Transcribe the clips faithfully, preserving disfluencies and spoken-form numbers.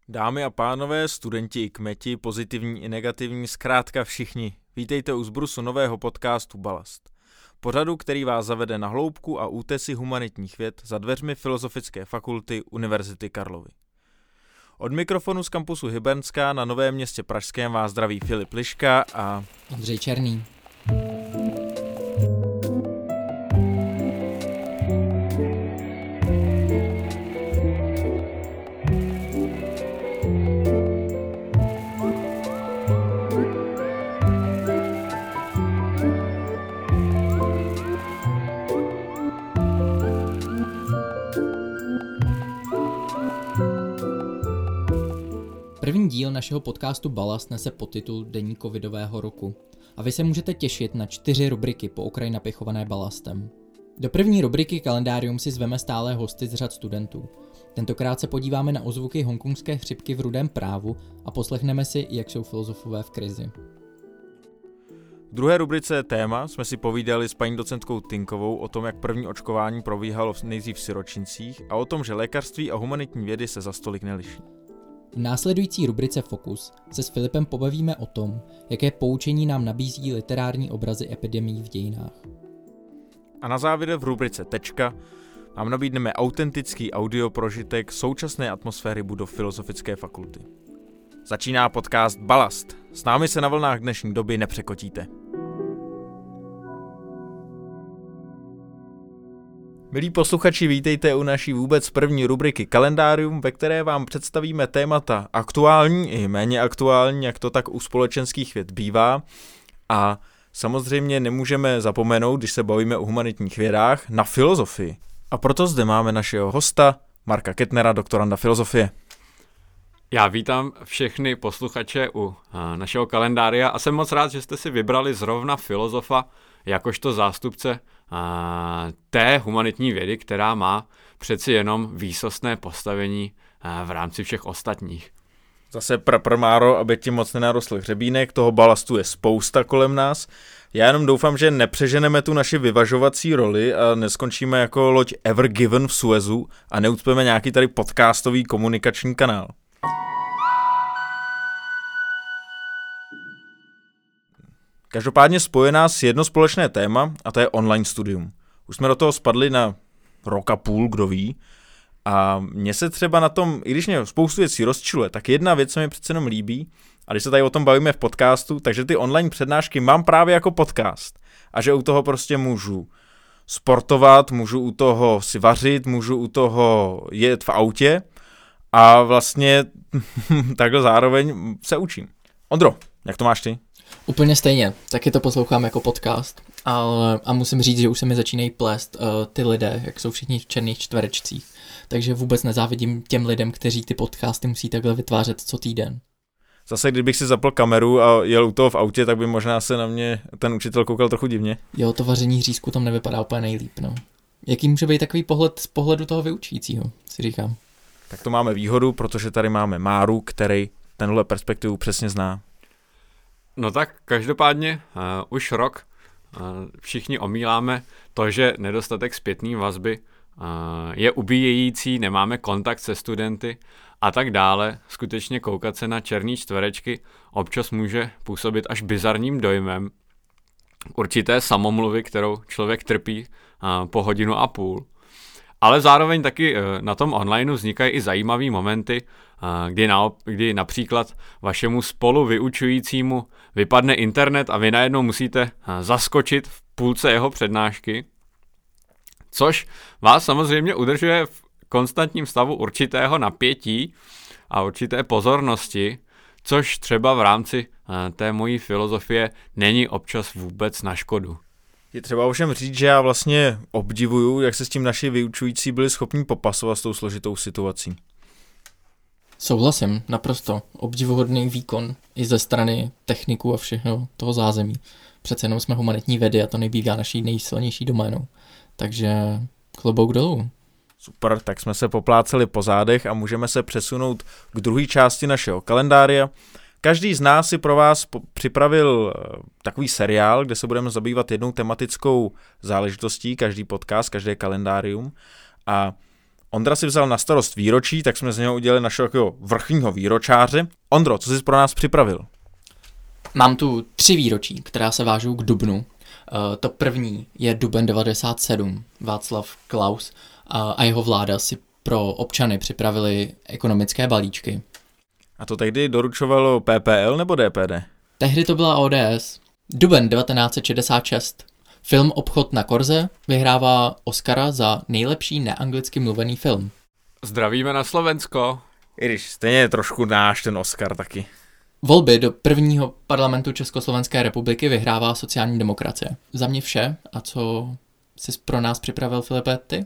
Dámy a pánové, studenti i kmeti, pozitivní i negativní, zkrátka všichni. Vítejte u zbrusu nového podcastu Balast. Pořadu, který vás zavede na hloubku a útesy humanitních věd za dveřmi Filozofické fakulty Univerzity Karlovy. Od mikrofonu z kampusu Hybernská na Novém Městě Pražském vás zdraví Filip Liška a Ondřej Černý. První díl našeho podcastu Balast nese podtitul Deník covidového roku a vy se můžete těšit na čtyři rubriky po okraji napěchované balastem. Do první rubriky Kalendárium si zveme stále hosty z řad studentů. Tentokrát se podíváme na ozvuky hongkongské chřipky v Rudém právu a poslechneme si, jak jsou filozofové v krizi. v druhé rubrice Téma jsme si povídali s paní docentkou Tinkovou o tom, jak první očkování probíhalo nejdřív v siročincích a o tom, že lékařství a humanitní vědy se za stolik neliší. V následující rubrice Fokus se s Filipem pobavíme o tom, jaké poučení nám nabízí literární obrazy epidemií v dějinách. A na závěr v rubrice Tečka vám nabídneme autentický audio prožitek současné atmosféry budov Filozofické fakulty. Začíná podcast Balast. S námi se na vlnách dnešní doby nepřekotíte. Milí posluchači, vítejte u naší vůbec první rubriky Kalendárium, ve které vám představíme témata aktuální i méně aktuální, jak to tak u společenských věd bývá. A samozřejmě nemůžeme zapomenout, když se bavíme o humanitních vědách, na filozofii. A proto zde máme našeho hosta, Marka Kettnera, doktoranda filozofie. Já vítám všechny posluchače u našeho kalendária a jsem moc rád, že jste si vybrali zrovna filozofa jakožto zástupce té humanitní vědy, která má přeci jenom výsostné postavení v rámci všech ostatních. Zase prprmáro, aby ti moc nenarostl hřebínek, toho balastu je spousta kolem nás. Já jenom doufám, že nepřeženeme tu naši vyvažovací roli a neskončíme jako loď Ever Given v Suezu a neucpeme nějaký tady podcastový komunikační kanál. Každopádně spoje nás jedno společné téma a to je online studium. Už jsme do toho spadli na rok a půl, kdo ví. A mně se třeba na tom, i když mě spoustu věcí rozčiluje, tak jedna věc se mi přece jenom líbí, a když se tady o tom bavíme v podcastu, takže ty online přednášky mám právě jako podcast. A že u toho prostě můžu sportovat, můžu u toho si vařit, můžu u toho jet v autě a vlastně takhle zároveň se učím. Ondro, jak to máš ty? Úplně stejně, taky to poslouchám jako podcast, ale, a musím říct, že už se mi začínají plést uh, ty lidé, jak jsou všichni v černých čtverečcích, takže vůbec nezávidím těm lidem, kteří ty podcasty musí takhle vytvářet co týden. Zase, kdybych si zapl kameru a jel u toho v autě, tak by možná se na mě ten učitel koukal trochu divně. Jo, to vaření řízku tam nevypadá úplně nejlíp, no. Jaký může být takový pohled z pohledu toho vyučujícího, si říkám. Tak to máme výhodu, protože tady máme Máru, který tenhle perspektivu přesně zná. No tak každopádně uh, už rok uh, všichni omíláme to, že nedostatek zpětné vazby uh, je ubíjející, nemáme kontakt se studenty a tak dále. Skutečně koukat se na černé čtverečky občas může působit až bizarním dojmem určité samomluvy, kterou člověk trpí uh, po hodinu a půl. Ale zároveň taky na tom online vznikají i zajímavý momenty, kdy, na, kdy například vašemu spolu vyučujícímu vypadne internet a vy najednou musíte zaskočit v půlce jeho přednášky, což vás samozřejmě udržuje v konstantním stavu určitého napětí a určité pozornosti, což třeba v rámci té mojí filozofie není občas vůbec na škodu. Je třeba ovšem říct, že já vlastně obdivuju, jak se s tím naši vyučující byli schopni popasovat s tou složitou situací. Souhlasím, naprosto. Obdivuhodný výkon i ze strany techniků a všeho toho zázemí. Přece jenom jsme humanitní vědy a to nebývá naší nejsilnější doménou. Takže klobouk dolů. Super, tak jsme se popláceli po zádech a můžeme se přesunout k druhé části našeho kalendária. Každý z nás si pro vás po- připravil takový seriál, kde se budeme zabývat jednou tematickou záležitostí, každý podcast, každé kalendárium. A Ondra si vzal na starost výročí, tak jsme z něho udělali našeho takového vrchního výročáře. Ondro, co jsi pro nás připravil? Mám tu tři výročí, která se vážou k dubnu. Uh, to první je duben devadesát sedm. Václav Klaus uh, a jeho vláda si pro občany připravili ekonomické balíčky. A to tehdy doručovalo P P L nebo D P D? Tehdy to byla O D S. Duben devatenáct set šedesát šest. Film Obchod na Korze vyhrává Oscara za nejlepší neanglicky mluvený film. Zdravíme na Slovensko. I když stejně je trošku náš ten Oscar taky. Volby do prvního parlamentu Československé republiky vyhrává sociální demokracie. Za mě vše. A co jsi pro nás připravil, Filipe, ty?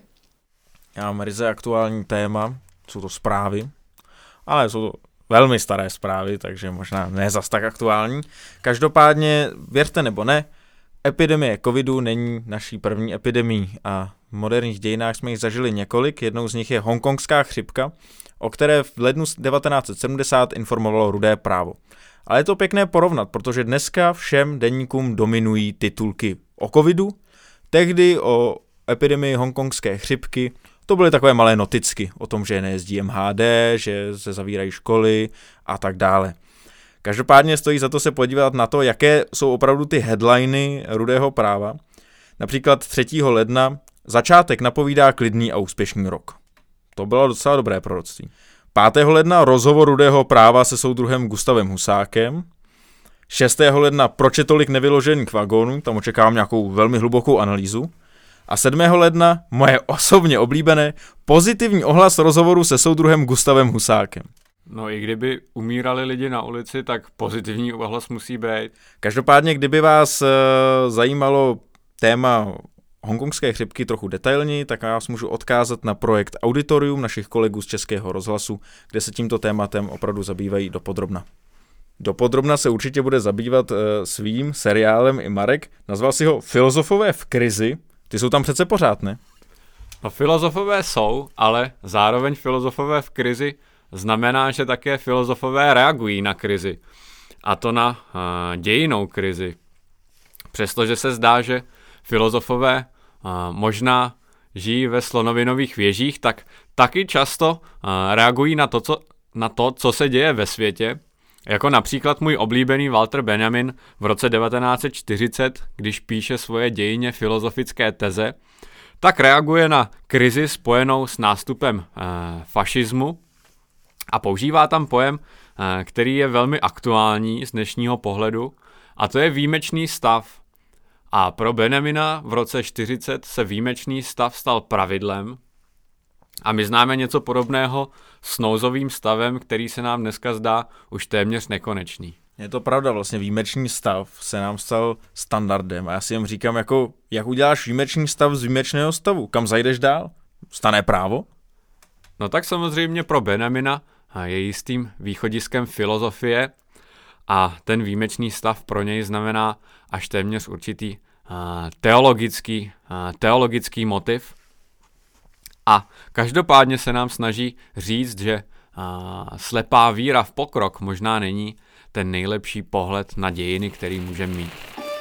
Já mám ryze aktuální téma, jsou to zprávy, ale jsou to velmi staré zprávy, takže možná ne zas tak aktuální. Každopádně, věřte nebo ne, epidemie covidu není naší první epidemií a v moderních dějinách jsme jich zažili několik. Jednou z nich je hongkongská chřipka, o které v lednu devatenáct set sedmdesát informovalo Rudé právo. Ale je to pěkné porovnat, protože dneska všem deníkům dominují titulky o covidu, tehdy o epidemii hongkongské chřipky to byly takové malé noticky o tom, že nejezdí M H D, že se zavírají školy a tak dále. Každopádně stojí za to se podívat na to, jaké jsou opravdu ty headliny Rudého práva. Například třetího ledna začátek napovídá klidný a úspěšný rok. To bylo docela dobré proroctví. pátého ledna rozhovor Rudého práva se soudruhem Gustavem Husákem. šestého ledna proč je tolik nevyložených vagónů, tam očekávám nějakou velmi hlubokou analýzu. A sedmého ledna moje osobně oblíbené pozitivní ohlas rozhovoru se soudruhem Gustavem Husákem. No i kdyby umírali lidi na ulici, tak pozitivní ohlas musí být. Každopádně, kdyby vás e, zajímalo téma hongkongské chřipky trochu detailněji, tak já vás můžu odkázat na projekt Auditorium našich kolegů z Českého rozhlasu, kde se tímto tématem opravdu zabývají dopodrobna. Dopodrobna se určitě bude zabývat e, svým seriálem i Marek. Nazval si ho Filozofové v krizi. Ty jsou tam přece pořád, ne? No filozofové jsou, ale zároveň filozofové v krizi znamená, že také filozofové reagují na krizi. A to na uh, dějinnou krizi. Přestože se zdá, že filozofové uh, možná žijí ve slonovinových věžích, tak taky často uh, reagují na to, co, na to, co se děje ve světě. Jako například můj oblíbený Walter Benjamin v roce devatenáct set čtyřicet, když píše svoje dějině filozofické teze, tak reaguje na krizi spojenou s nástupem e, fašismu a používá tam pojem, e, který je velmi aktuální z dnešního pohledu, a to je výjimečný stav. A pro Benjamina v roce čtyřicet se výjimečný stav stal pravidlem a my známe něco podobného s nouzovým stavem, který se nám dneska zdá už téměř nekonečný. Je to pravda, vlastně výjimečný stav se nám stal standardem a já si jen říkám, jako, jak uděláš výjimečný stav z výjimečného stavu? Kam zajdeš dál? Stane právo? No tak samozřejmě pro Benjamina je jistým východiskem filozofie a ten výjimečný stav pro něj znamená až téměř určitý uh, teologický, uh, teologický motiv. A každopádně se nám snaží říct, že uh, slepá víra v pokrok možná není ten nejlepší pohled na dějiny, který můžeme mít.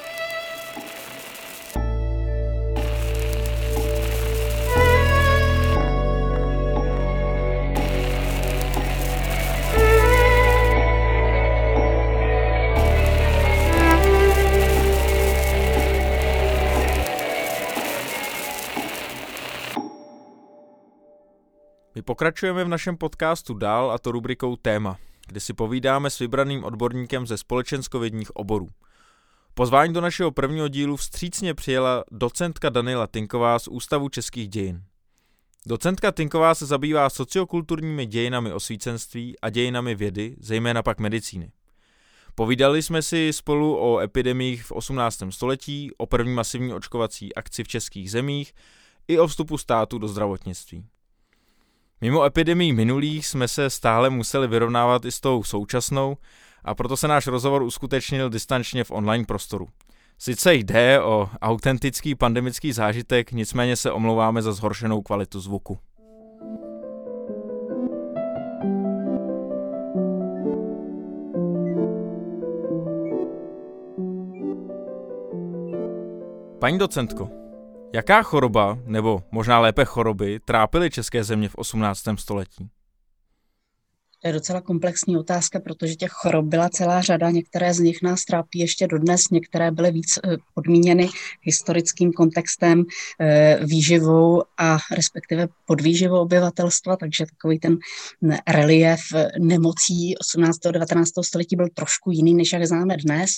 My pokračujeme v našem podcastu dál, a to rubrikou Téma, kde si povídáme s vybraným odborníkem ze společenskovědních oborů. Pozvání do našeho prvního dílu vstřícně přijela docentka Daniela Tinková z Ústavu českých dějin. Docentka Tinková se zabývá sociokulturními dějinami osvícenství a dějinami vědy, zejména pak medicíny. Povídali jsme si spolu o epidemiích v osmnáctém století, o první masivní očkovací akci v českých zemích i o vstupu státu do zdravotnictví. Mimo epidemií minulých jsme se stále museli vyrovnávat i s tou současnou, a proto se náš rozhovor uskutečnil distančně v online prostoru. Sice jde o autentický pandemický zážitek, nicméně se omlouváme za zhoršenou kvalitu zvuku. Paní docentko, Jaká choroba, nebo možná lépe choroby, trápily české země v osmnáctém století? To je docela komplexní otázka, protože těch chorob byla celá řada, některé z nich nás trápí ještě dodnes, některé byly víc podmíněny historickým kontextem, výživou a respektive podvýživou obyvatelstva, takže takový ten relief nemocí osmnáctého a devatenáctého století byl trošku jiný, než jak známe dnes.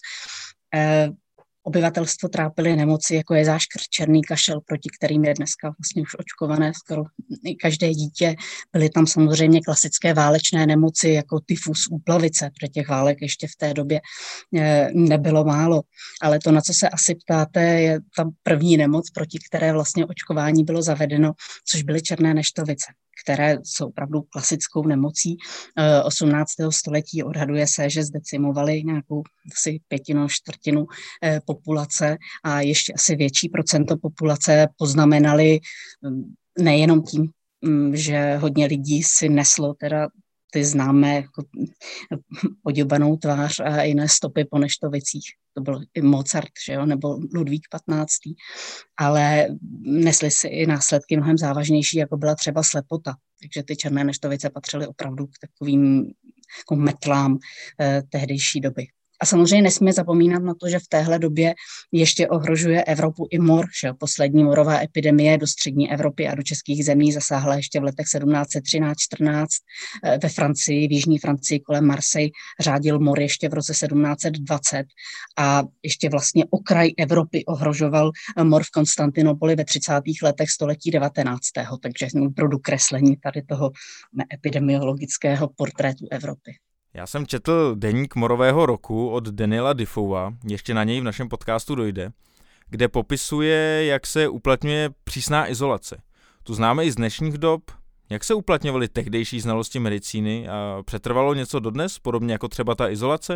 Obyvatelstvo trápily nemoci, jako je záškrt, černý kašel, proti kterým je dneska vlastně už očkované skoro každé dítě. Byly tam samozřejmě klasické válečné nemoci, jako tyfus, úplavice, protože těch válek ještě v té době nebylo málo. Ale to, na co se asi ptáte, je ta první nemoc, proti které vlastně očkování bylo zavedeno, což byly černé neštovice, které jsou opravdu klasickou nemocí osmnáctého století. Odhaduje se, že zdecimovaly nějakou asi pětinu, čtvrtinu populace a ještě asi větší procento populace poznamenali nejenom tím, že hodně lidí si neslo teda ty známé jako poděbanou tvář a jiné stopy po neštovicích. To byl i Mozart, že jo, nebo Ludvík patnáctý. Ale nesli si i následky mnohem závažnější, jako byla třeba slepota. Takže ty černé neštovice patřily opravdu k takovým jako metlám eh, tehdejší doby. A samozřejmě nesmíme zapomínat na to, že v téhle době ještě ohrožuje Evropu i mor. Že? Poslední morová epidemie do střední Evropy a do českých zemí zasáhla ještě v letech sedmnáct set třináct čtrnáct. Ve Francii, v jižní Francii kolem Marseille řádil mor ještě v roce sedmnáct set dvacet a ještě vlastně okraj Evropy ohrožoval mor v Konstantinopoli ve třicátých letech století devatenáctého. Takže pro dokreslení tady toho epidemiologického portrétu Evropy. Já jsem četl deník morového roku od Daniela Defoea, ještě na něj v našem podcastu dojde, kde popisuje, jak se uplatňuje přísná izolace. Tu známe i z dnešních dob. Jak se uplatňovaly tehdejší znalosti medicíny a přetrvalo něco dodnes, podobně jako třeba ta izolace?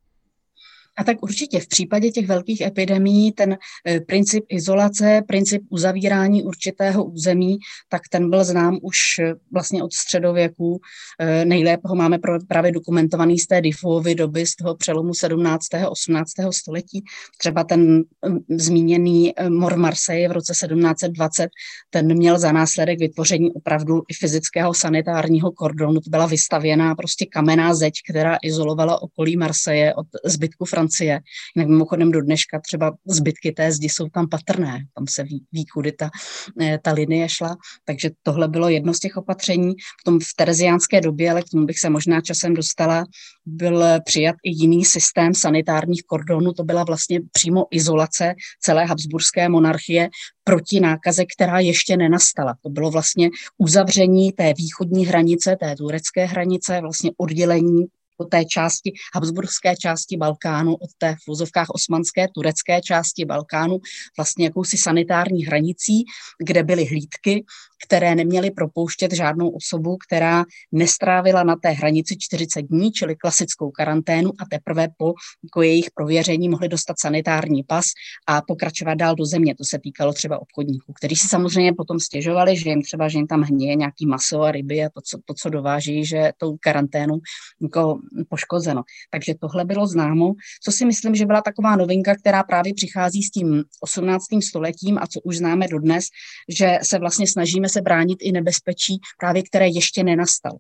A tak určitě v případě těch velkých epidemií ten e, princip izolace, princip uzavírání určitého území, tak ten byl znám už e, vlastně od středověku. E, nejlépe ho máme pro, právě dokumentovaný z té Defoeovy doby, z toho přelomu sedmnáctého a osmnáctého století. Třeba ten e, zmíněný e, mor Marseille v roce sedmnáct set dvacet, ten měl za následek vytvoření opravdu i fyzického sanitárního kordonu. To byla vystavěná prostě kamenná zeď, která izolovala okolí Marseille od zbytku Francie. Jinak mimochodem do dneška třeba zbytky té zdi jsou tam patrné, tam se ví, ví kudy ta, ta linie šla, takže tohle bylo jedno z těch opatření. V tom v tereziánské době, ale k tomu bych se možná časem dostala, byl přijat i jiný systém sanitárních kordonů, to byla vlastně přímo izolace celé habsburské monarchie proti nákaze, která ještě nenastala. To bylo vlastně uzavření té východní hranice, té turecké hranice, vlastně oddělení po té části, habsburské části Balkánu od té v uvozovkách osmanské turecké části Balkánu vlastně jakousi sanitární hranicí, kde byly hlídky, které neměly propouštět žádnou osobu, která nestrávila na té hranici čtyřicet dní, čili klasickou karanténu a teprve po jako jejich prověření mohli dostat sanitární pas a pokračovat dál do země. To se týkalo třeba obchodníků, kteří si samozřejmě potom stěžovali, že jim třeba, že jim tam hníje nějaký maso a ryby a to, co, to, co dováží, že tou karanténu jako poškozeno. Takže tohle bylo známo. Co si myslím, že byla taková novinka, která právě přichází s tím osmnáctým stoletím a co už známe dodnes, že se vlastně snažíme se bránit i nebezpečí, právě které ještě nenastalo.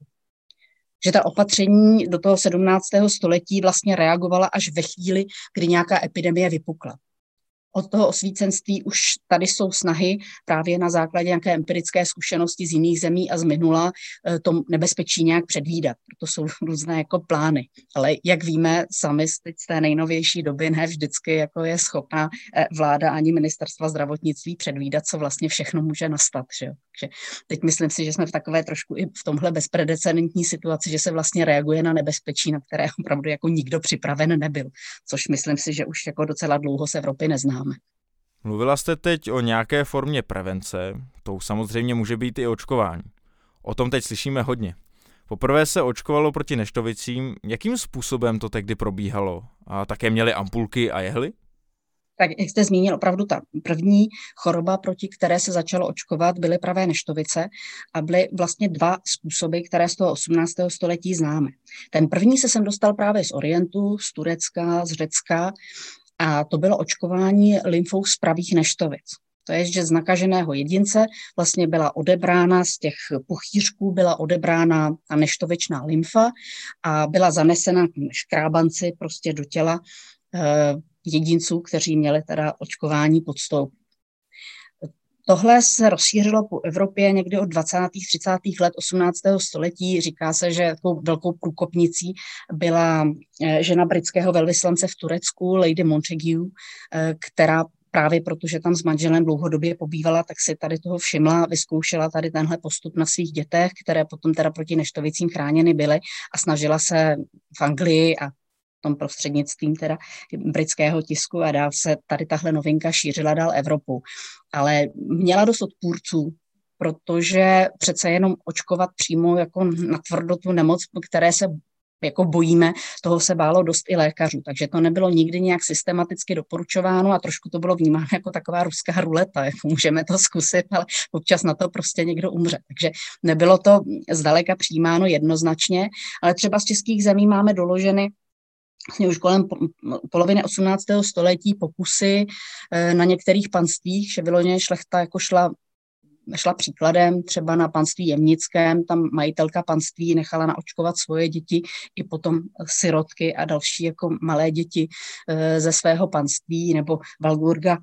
Že ta opatření do toho sedmnáctého století vlastně reagovala až ve chvíli, kdy nějaká epidemie vypukla. Od toho osvícenství už tady jsou snahy právě na základě nějaké empirické zkušenosti z jiných zemí a z minula to nebezpečí nějak předvídat. To jsou různé jako plány. Ale jak víme sami z té nejnovější doby, ne vždycky jako je schopná vláda ani ministerstva zdravotnictví předvídat, co vlastně všechno může nastat. Že jo? Takže teď myslím si, že jsme v takové trošku i v tomhle bezprecedentní situaci, že se vlastně reaguje na nebezpečí, na které opravdu jako nikdo připraven nebyl. Což myslím si, že už jako docela dlouho z Evropy neznáme. Mluvila jste teď o nějaké formě prevence, tou samozřejmě může být i očkování. O tom teď slyšíme hodně. Poprvé se očkovalo proti neštovicím, jakým způsobem to tehdy probíhalo? A také měli ampulky a jehly? Tak jak jste zmínil, opravdu ta první choroba, proti které se začalo očkovat, byly pravé neštovice a byly vlastně dva způsoby, které z toho osmnáctého století známe. Ten první se sem dostal právě z Orientu, z Turecka, z Řecka, a to bylo očkování lymfou z pravých neštovic. To je, že z nakaženého jedince vlastně byla odebrána z těch puchýřků, byla odebrána ta neštovičná lymfa a byla zanesena škrábanci prostě do těla eh, jedinců, kteří měli teda očkování podstoupit. Tohle se rozšířilo po Evropě někdy od dvacátých třicátých let osmnáctého století. Říká se, že takovou velkou průkopnicí byla žena britského velvyslance v Turecku, Lady Montagu, která právě protože tam s manželem dlouhodobě pobývala, tak si tady toho všimla, vyzkoušela tady tenhle postup na svých dětech, které potom teda proti neštovicím chráněny byly a snažila se v Anglii a tom prostřednictvím teda britského tisku a dál se tady tahle novinka šířila dál Evropou. Ale měla dost odpůrců, protože přece jenom očkovat přímo jako natvrdo tu nemoc, které se jako bojíme, toho se bálo dost i lékařů, takže to nebylo nikdy nějak systematicky doporučováno a trošku to bylo vnímáno jako taková ruská ruleta, jako můžeme to zkusit, ale občas na to prostě někdo umře, takže nebylo to zdaleka přijímáno jednoznačně, ale třeba z českých zemí máme doloženy vlastně už kolem poloviny osmnáctého století pokusy na některých panstvích, že vyloženě šlechta jako šla šla příkladem, třeba na panství Jemnickém, tam majitelka panství nechala naočkovat svoje děti i potom sirotky a další jako malé děti ze svého panství, nebo Valburga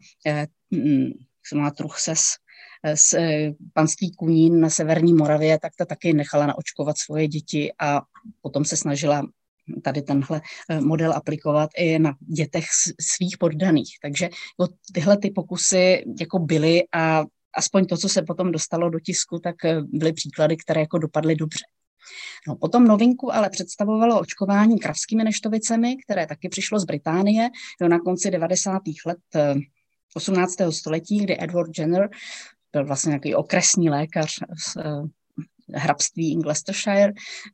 Truchses z panství Kunín na severní Moravě, tak ta taky nechala naočkovat svoje děti a potom se snažila tady tenhle model aplikovat i na dětech svých poddaných. Takže tyhle ty pokusy jako byly a aspoň to, co se potom dostalo do tisku, tak byly příklady, které jako dopadly dobře. No, potom novinku ale představovalo očkování kravskými neštovicemi, které taky přišlo z Británie jo, na konci devadesátých let osmnáctého století, kdy Edward Jenner byl vlastně nějaký okresní lékař z hrabství Gloucestershire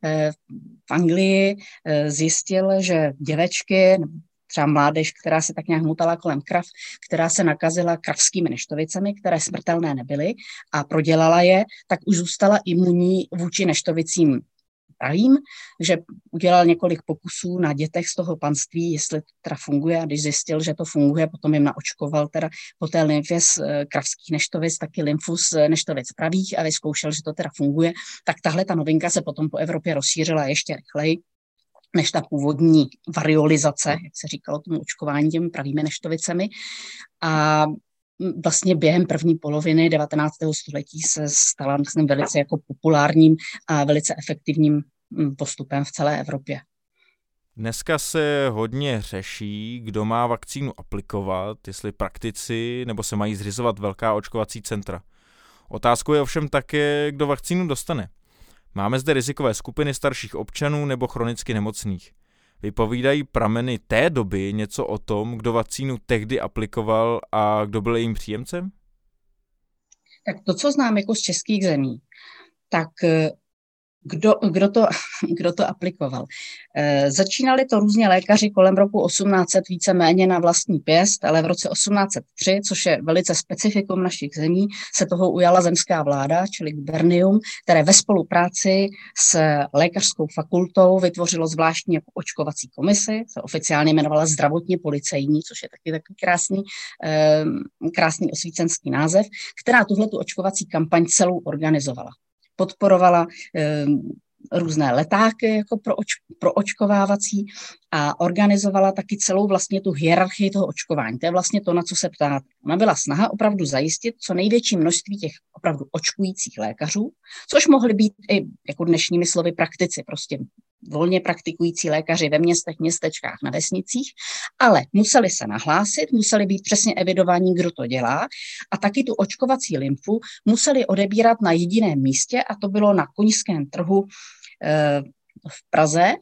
v Anglii, zjistil, že děvečky, třeba mládež, která se tak nějak mutala kolem krav, která se nakazila kravskými neštovicemi, které smrtelné nebyly a prodělala je, tak už zůstala imunní vůči neštovicím pravým, že udělal několik pokusů na dětech z toho panství, jestli to teda funguje a když zjistil, že to funguje, potom jim naočkoval teda po té lymfě z kravských neštovic, taky lymfu z neštovic pravých a vyzkoušel, že to teda funguje, tak tahle ta novinka se potom po Evropě rozšířila ještě rychleji než ta původní variolizace, jak se říkalo tomu očkování těmi pravými neštovicemi. A vlastně během první poloviny devatenáctého století se stala myslím, velice jako populárním a velice efektivním postupem v celé Evropě. Dneska se hodně řeší, kdo má vakcínu aplikovat, jestli praktici, nebo se mají zřizovat velká očkovací centra. Otázkou je ovšem také, kdo vakcínu dostane. Máme zde rizikové skupiny starších občanů nebo chronicky nemocných. Vypovídají prameny té doby něco o tom, kdo vakcínu tehdy aplikoval a kdo byl jejím příjemcem? Tak to, co znám jako z českých zemí, tak kdo, kdo, to, kdo to aplikoval. E, začínali to různě lékaři kolem roku osmnáct set víceméně na vlastní pěst, ale v roce osmnáct set tři, což je velice specifikum našich zemí, se toho ujala zemská vláda, čili gubernium, které ve spolupráci s lékařskou fakultou vytvořilo zvláštní jako očkovací komisi, se oficiálně jmenovala zdravotně policejní, což je taky takový krásný, e, krásný osvícenský název, která tuhletu očkovací kampaň celou organizovala. Podporovala e, různé letáky jako pro, oč, pro očkovávací a organizovala taky celou vlastně tu hierarchii toho očkování. To je vlastně to, na co se ptáte. Ona byla snaha opravdu zajistit co největší množství těch opravdu očkujících lékařů, což mohly být i jako dnešními slovy praktici, prostě volně praktikující lékaři ve městech, městečkách, na vesnicích, ale museli se nahlásit, museli být přesně evidováni, kdo to dělá a taky tu očkovací lymfu museli odebírat na jediném místě a to bylo na Koňském trhu e, v Praze,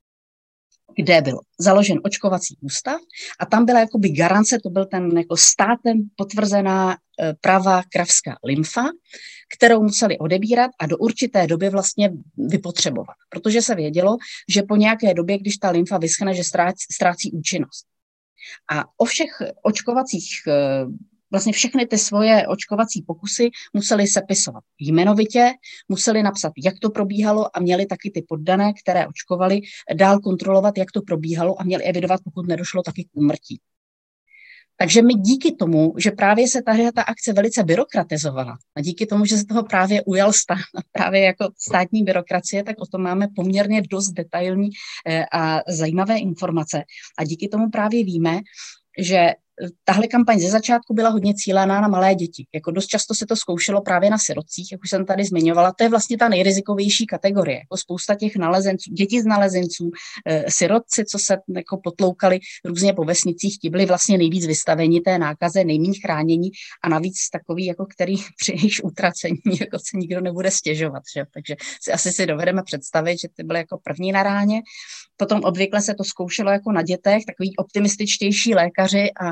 kde byl založen očkovací ústav a tam byla jakoby garance, to byl ten jako státem potvrzená e, pravá kravská lymfa, kterou museli odebírat a do určité doby vlastně vypotřebovat. Protože se vědělo, že po nějaké době, když ta lymfa vyschne, že ztrácí, ztrácí účinnost. A o všech očkovacích, vlastně všechny ty svoje očkovací pokusy museli sepisovat jmenovitě, museli napsat, jak to probíhalo a měli taky ty poddané, které očkovali, dál kontrolovat, jak to probíhalo a měli evidovat, pokud nedošlo taky k úmrtí. Takže my díky tomu, že právě se tahle ta akce velice byrokratizovala a díky tomu, že se toho právě ujal stát, právě jako státní byrokracie, tak o tom máme poměrně dost detailní a zajímavé informace. A díky tomu právě víme, že tahle kampaň ze začátku byla hodně cílená na malé děti. Jako dost často se to zkoušelo právě na sirotcích, jak už jsem tady zmiňovala. To je vlastně ta nejrizikovější kategorie. Jako spousta těch nalezenců, děti z nalezenců, e, sirotci, co se jako potloukali různě po vesnicích, ti byli vlastně nejvíc vystaveni té nákaze, nejméně chránění a navíc takový, jako který při jejich utracení jako se nikdo nebude stěžovat. Že? Takže si asi si dovedeme představit, že ty byly jako první na ráně. Potom obvykle se to zkoušelo jako na dětech, takový optimističtější lékaři a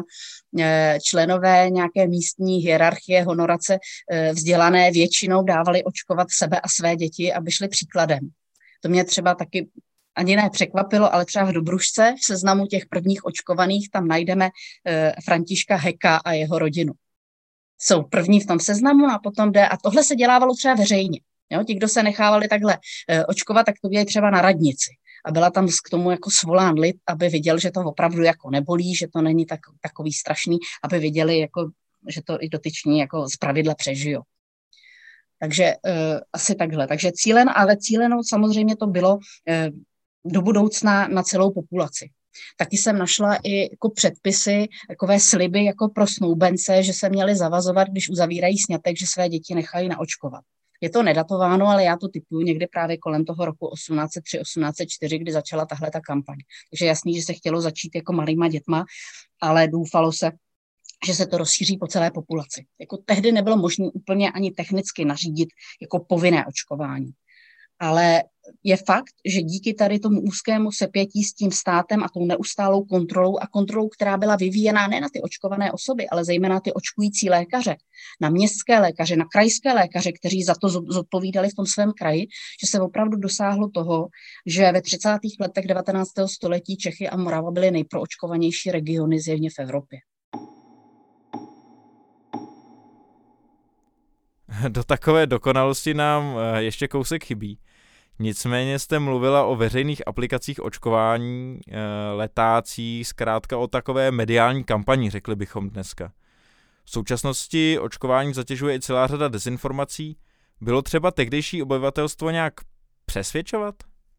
členové nějaké místní hierarchie, honorace vzdělané většinou dávali očkovat sebe a své děti, aby šli příkladem. To mě třeba taky ani ne překvapilo, ale třeba v Dobrušce v seznamu těch prvních očkovaných tam najdeme Františka Heka a jeho rodinu. Jsou první v tom seznamu a potom jde, a tohle se dělávalo třeba veřejně. Jo? Ti, kdo se nechávali takhle očkovat, tak to dělají třeba na radnici. A byla tam k tomu jako svolán lid, aby viděl, že to opravdu jako nebolí, že to není tak, takový strašný, aby viděli, jako, že to i dotyční jako zpravidla přežijou. Takže uh, asi takhle. Takže cílen, ale cílenou samozřejmě to bylo uh, do budoucna na celou populaci. Taky jsem našla i jako předpisy, takové sliby jako pro snoubence, že se měli zavazovat, když uzavírají sňatek, že své děti nechají naočkovat. Je to nedatováno, ale já to tipuju někdy právě kolem toho roku osmnáct set tři osmnáct set čtyři, kdy začala tahle ta kampaň. Takže jasný, že se chtělo začít jako malýma dětma, ale doufalo se, že se to rozšíří po celé populaci. Jako tehdy nebylo možné úplně ani technicky nařídit jako povinné očkování. Ale je fakt, že díky tady tomu úzkému sepětí s tím státem a tou neustálou kontrolou a kontrolou, která byla vyvíjená ne na ty očkované osoby, ale zejména na ty očkující lékaře, na městské lékaře, na krajské lékaře, kteří za to zodpovídali v tom svém kraji, že se opravdu dosáhlo toho, že ve třicátých letech devatenáctého století Čechy a Morava byly nejproočkovanější regiony zjevně v Evropě. Do takové dokonalosti nám ještě kousek chybí. Nicméně jste mluvila o veřejných aplikacích očkování, letácích, zkrátka o takové mediální kampani, řekli bychom dneska. V současnosti očkování zatěžuje i celá řada dezinformací. Bylo třeba tehdejší obyvatelstvo nějak přesvědčovat?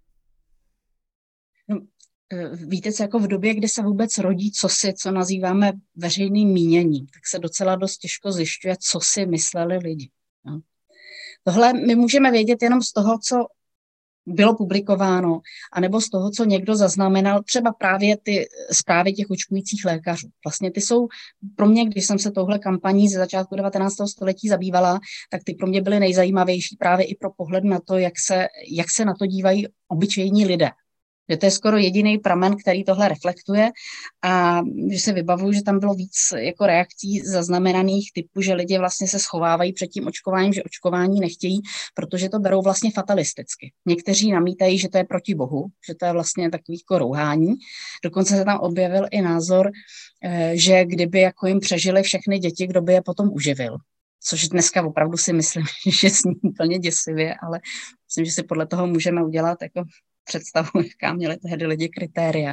No, víte co, jako v době, kdy se vůbec rodí cosi, co nazýváme veřejným míněním, tak se docela dost těžko zjišťuje, co si mysleli lidi. No. Tohle my můžeme vědět jenom z toho, co bylo publikováno, anebo z toho, co někdo zaznamenal, třeba právě ty zprávy těch očkujících lékařů. Vlastně ty jsou pro mě, když jsem se touhle kampaní ze začátku devatenáctého století zabývala, tak ty pro mě byly nejzajímavější právě i pro pohled na to, jak se, jak se na to dívají obyčejní lidé. Že to je skoro jediný pramen, který tohle reflektuje a že se vybavuju, že tam bylo víc jako reakcí zaznamenaných typu, že lidi vlastně se schovávají před tím očkováním, že očkování nechtějí, protože to berou vlastně fatalisticky. Někteří namítají, že to je proti Bohu, že to je vlastně takový jako rouhání. Dokonce se tam objevil i názor, že kdyby jako jim přežili všechny děti, kdo by je potom uživil. Což dneska opravdu si myslím, že zní úplně děsivě, ale myslím, že si podle toho můžeme udělat jako představu, jaká měli tehdy lidi kritéria.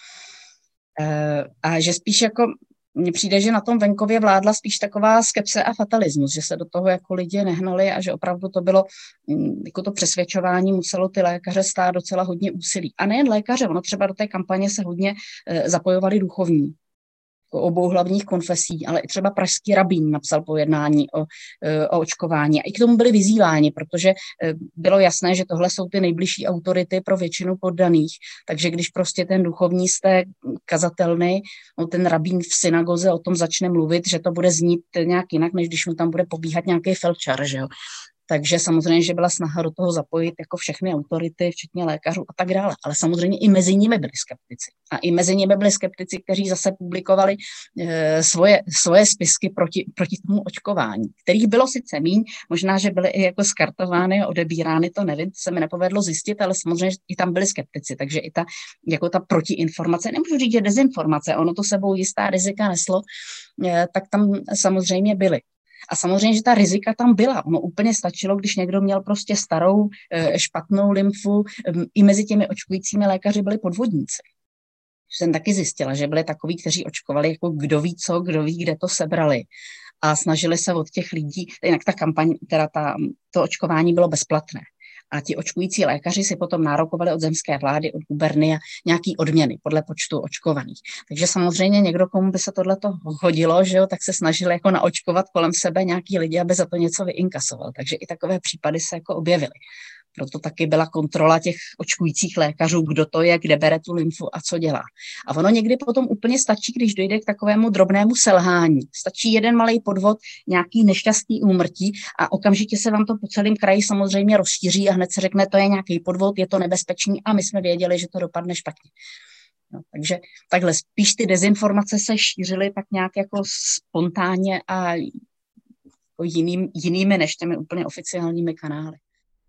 E, a že spíš jako, mně přijde, že na tom venkově vládla spíš taková skepse a fatalismus, že se do toho jako lidi nehnali a že opravdu to bylo, jako to přesvědčování muselo ty lékaře stát docela hodně úsilí. A nejen lékaře, ono třeba do té kampaně se hodně e, zapojovali duchovní, obou hlavních konfesí, ale i třeba pražský rabín napsal pojednání o, o očkování. A i k tomu byli vyzýváni, protože bylo jasné, že tohle jsou ty nejbližší autority pro většinu poddaných. Takže když prostě ten duchovní z té kazatelny, no ten rabín v synagoze o tom začne mluvit, že to bude znít nějak jinak, než když mu tam bude pobíhat nějaký felčar, že jo. Takže samozřejmě, že byla snaha do toho zapojit jako všechny autority, včetně lékařů a tak dále. Ale samozřejmě i mezi nimi byli skeptici. A i mezi nimi byli skeptici, kteří zase publikovali e, svoje, svoje spisky proti, proti tomu očkování, kterých bylo sice míň, možná, že byly i jako skartovány a odebírány, to nevím, to se mi nepovedlo zjistit, ale samozřejmě že i tam byli skeptici. Takže i ta, jako ta protiinformace, nemůžu říct, že dezinformace, ono to sebou jistá rizika neslo, e, tak tam samozřejmě byly. A samozřejmě, že ta rizika tam byla. Ono úplně stačilo, když někdo měl prostě starou, špatnou lymfu. I mezi těmi očkujícími lékaři byli podvodníci. Jsem taky zjistila, že byli takoví, kteří očkovali jako kdo ví co, kdo ví, kde to sebrali. A snažili se od těch lidí, jinak ta kampaň, teda ta, to očkování bylo bezplatné. A ti očkující lékaři si potom nárokovali od zemské vlády, od gubernia nějaký odměny podle počtu očkovaných. Takže samozřejmě někdo, komu by se tohleto hodilo, že jo, tak se snažili jako naočkovat kolem sebe nějaký lidi, aby za to něco vyinkasoval. Takže i takové případy se jako objevily. Proto taky byla kontrola těch očkujících lékařů, kdo to je, kde bere tu lymfu a co dělá. A ono někdy potom úplně stačí, když dojde k takovému drobnému selhání. Stačí jeden malý podvod, nějaký nešťastný úmrtí a okamžitě se vám to po celém kraji samozřejmě rozšíří a hned se řekne, to je nějaký podvod, je to nebezpečný a my jsme věděli, že to dopadne špatně. No, takže takhle spíš ty dezinformace se šířily tak nějak jako spontánně a jako jiným, jinými než těmi úplně oficiálními kanály.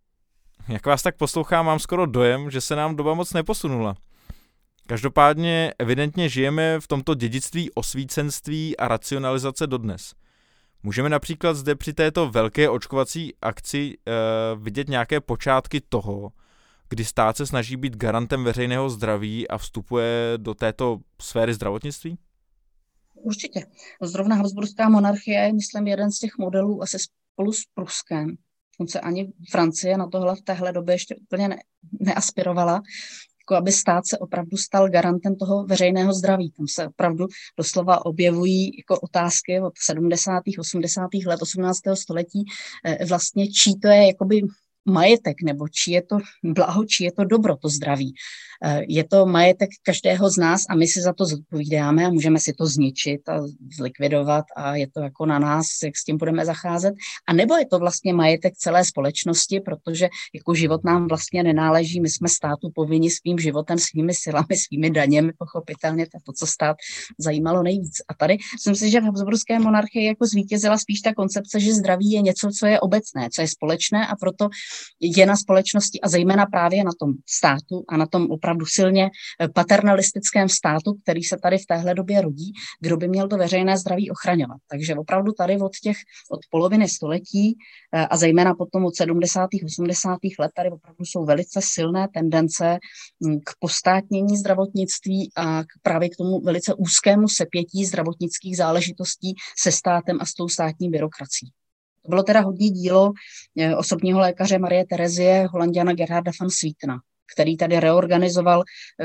Jak vás tak poslouchám, mám skoro dojem, že se nám doba moc neposunula. Každopádně evidentně žijeme v tomto dědictví osvícenství a racionalizace dodnes. Můžeme například zde při této velké očkovací akci e, vidět nějaké počátky toho, kdy stát se snaží být garantem veřejného zdraví a vstupuje do této sféry zdravotnictví? Určitě. Zrovna Habsburská monarchie je, myslím, jeden z těch modelů asi spolu s Pruskem. Dokonce ani Francie na tohle v téhle době ještě úplně ne, neaspirovala, jako aby stát se opravdu stal garantem toho veřejného zdraví. Tam se opravdu doslova objevují jako otázky od sedmdesátých osmdesátých let osmnáctého století, vlastně čí to je jakoby majetek, nebo či je to blaho, či je to dobro, to zdraví. Je to majetek každého z nás a my si za to zodpovídáme a můžeme si to zničit a zlikvidovat a je to jako na nás, jak s tím budeme zacházet. A nebo je to vlastně majetek celé společnosti, protože jako život nám vlastně nenáleží, my jsme státu povinni svým životem, svými silami, svými daněmi, pochopitelně to je to, co stát zajímalo nejvíc. A tady myslím si, že v Habsburské monarchii jako zvítězila spíš ta koncepce, že zdraví je něco, co je obecné, co je společné a proto je na společnosti a zejména právě na tom státu a na tom opravdu silně paternalistickém státu, který se tady v téhle době rodí, kdo by měl to veřejné zdraví ochraňovat. Takže opravdu tady od těch, od poloviny století a zejména potom od sedmdesátých osmdesátých let tady opravdu jsou velice silné tendence k postátnění zdravotnictví a k právě k tomu velice úzkému sepětí zdravotnických záležitostí se státem a s tou státní byrokracií. To bylo teda hodně dílo osobního lékaře Marie Terezie Holanďana Gerharda van Swietena, který tady reorganizoval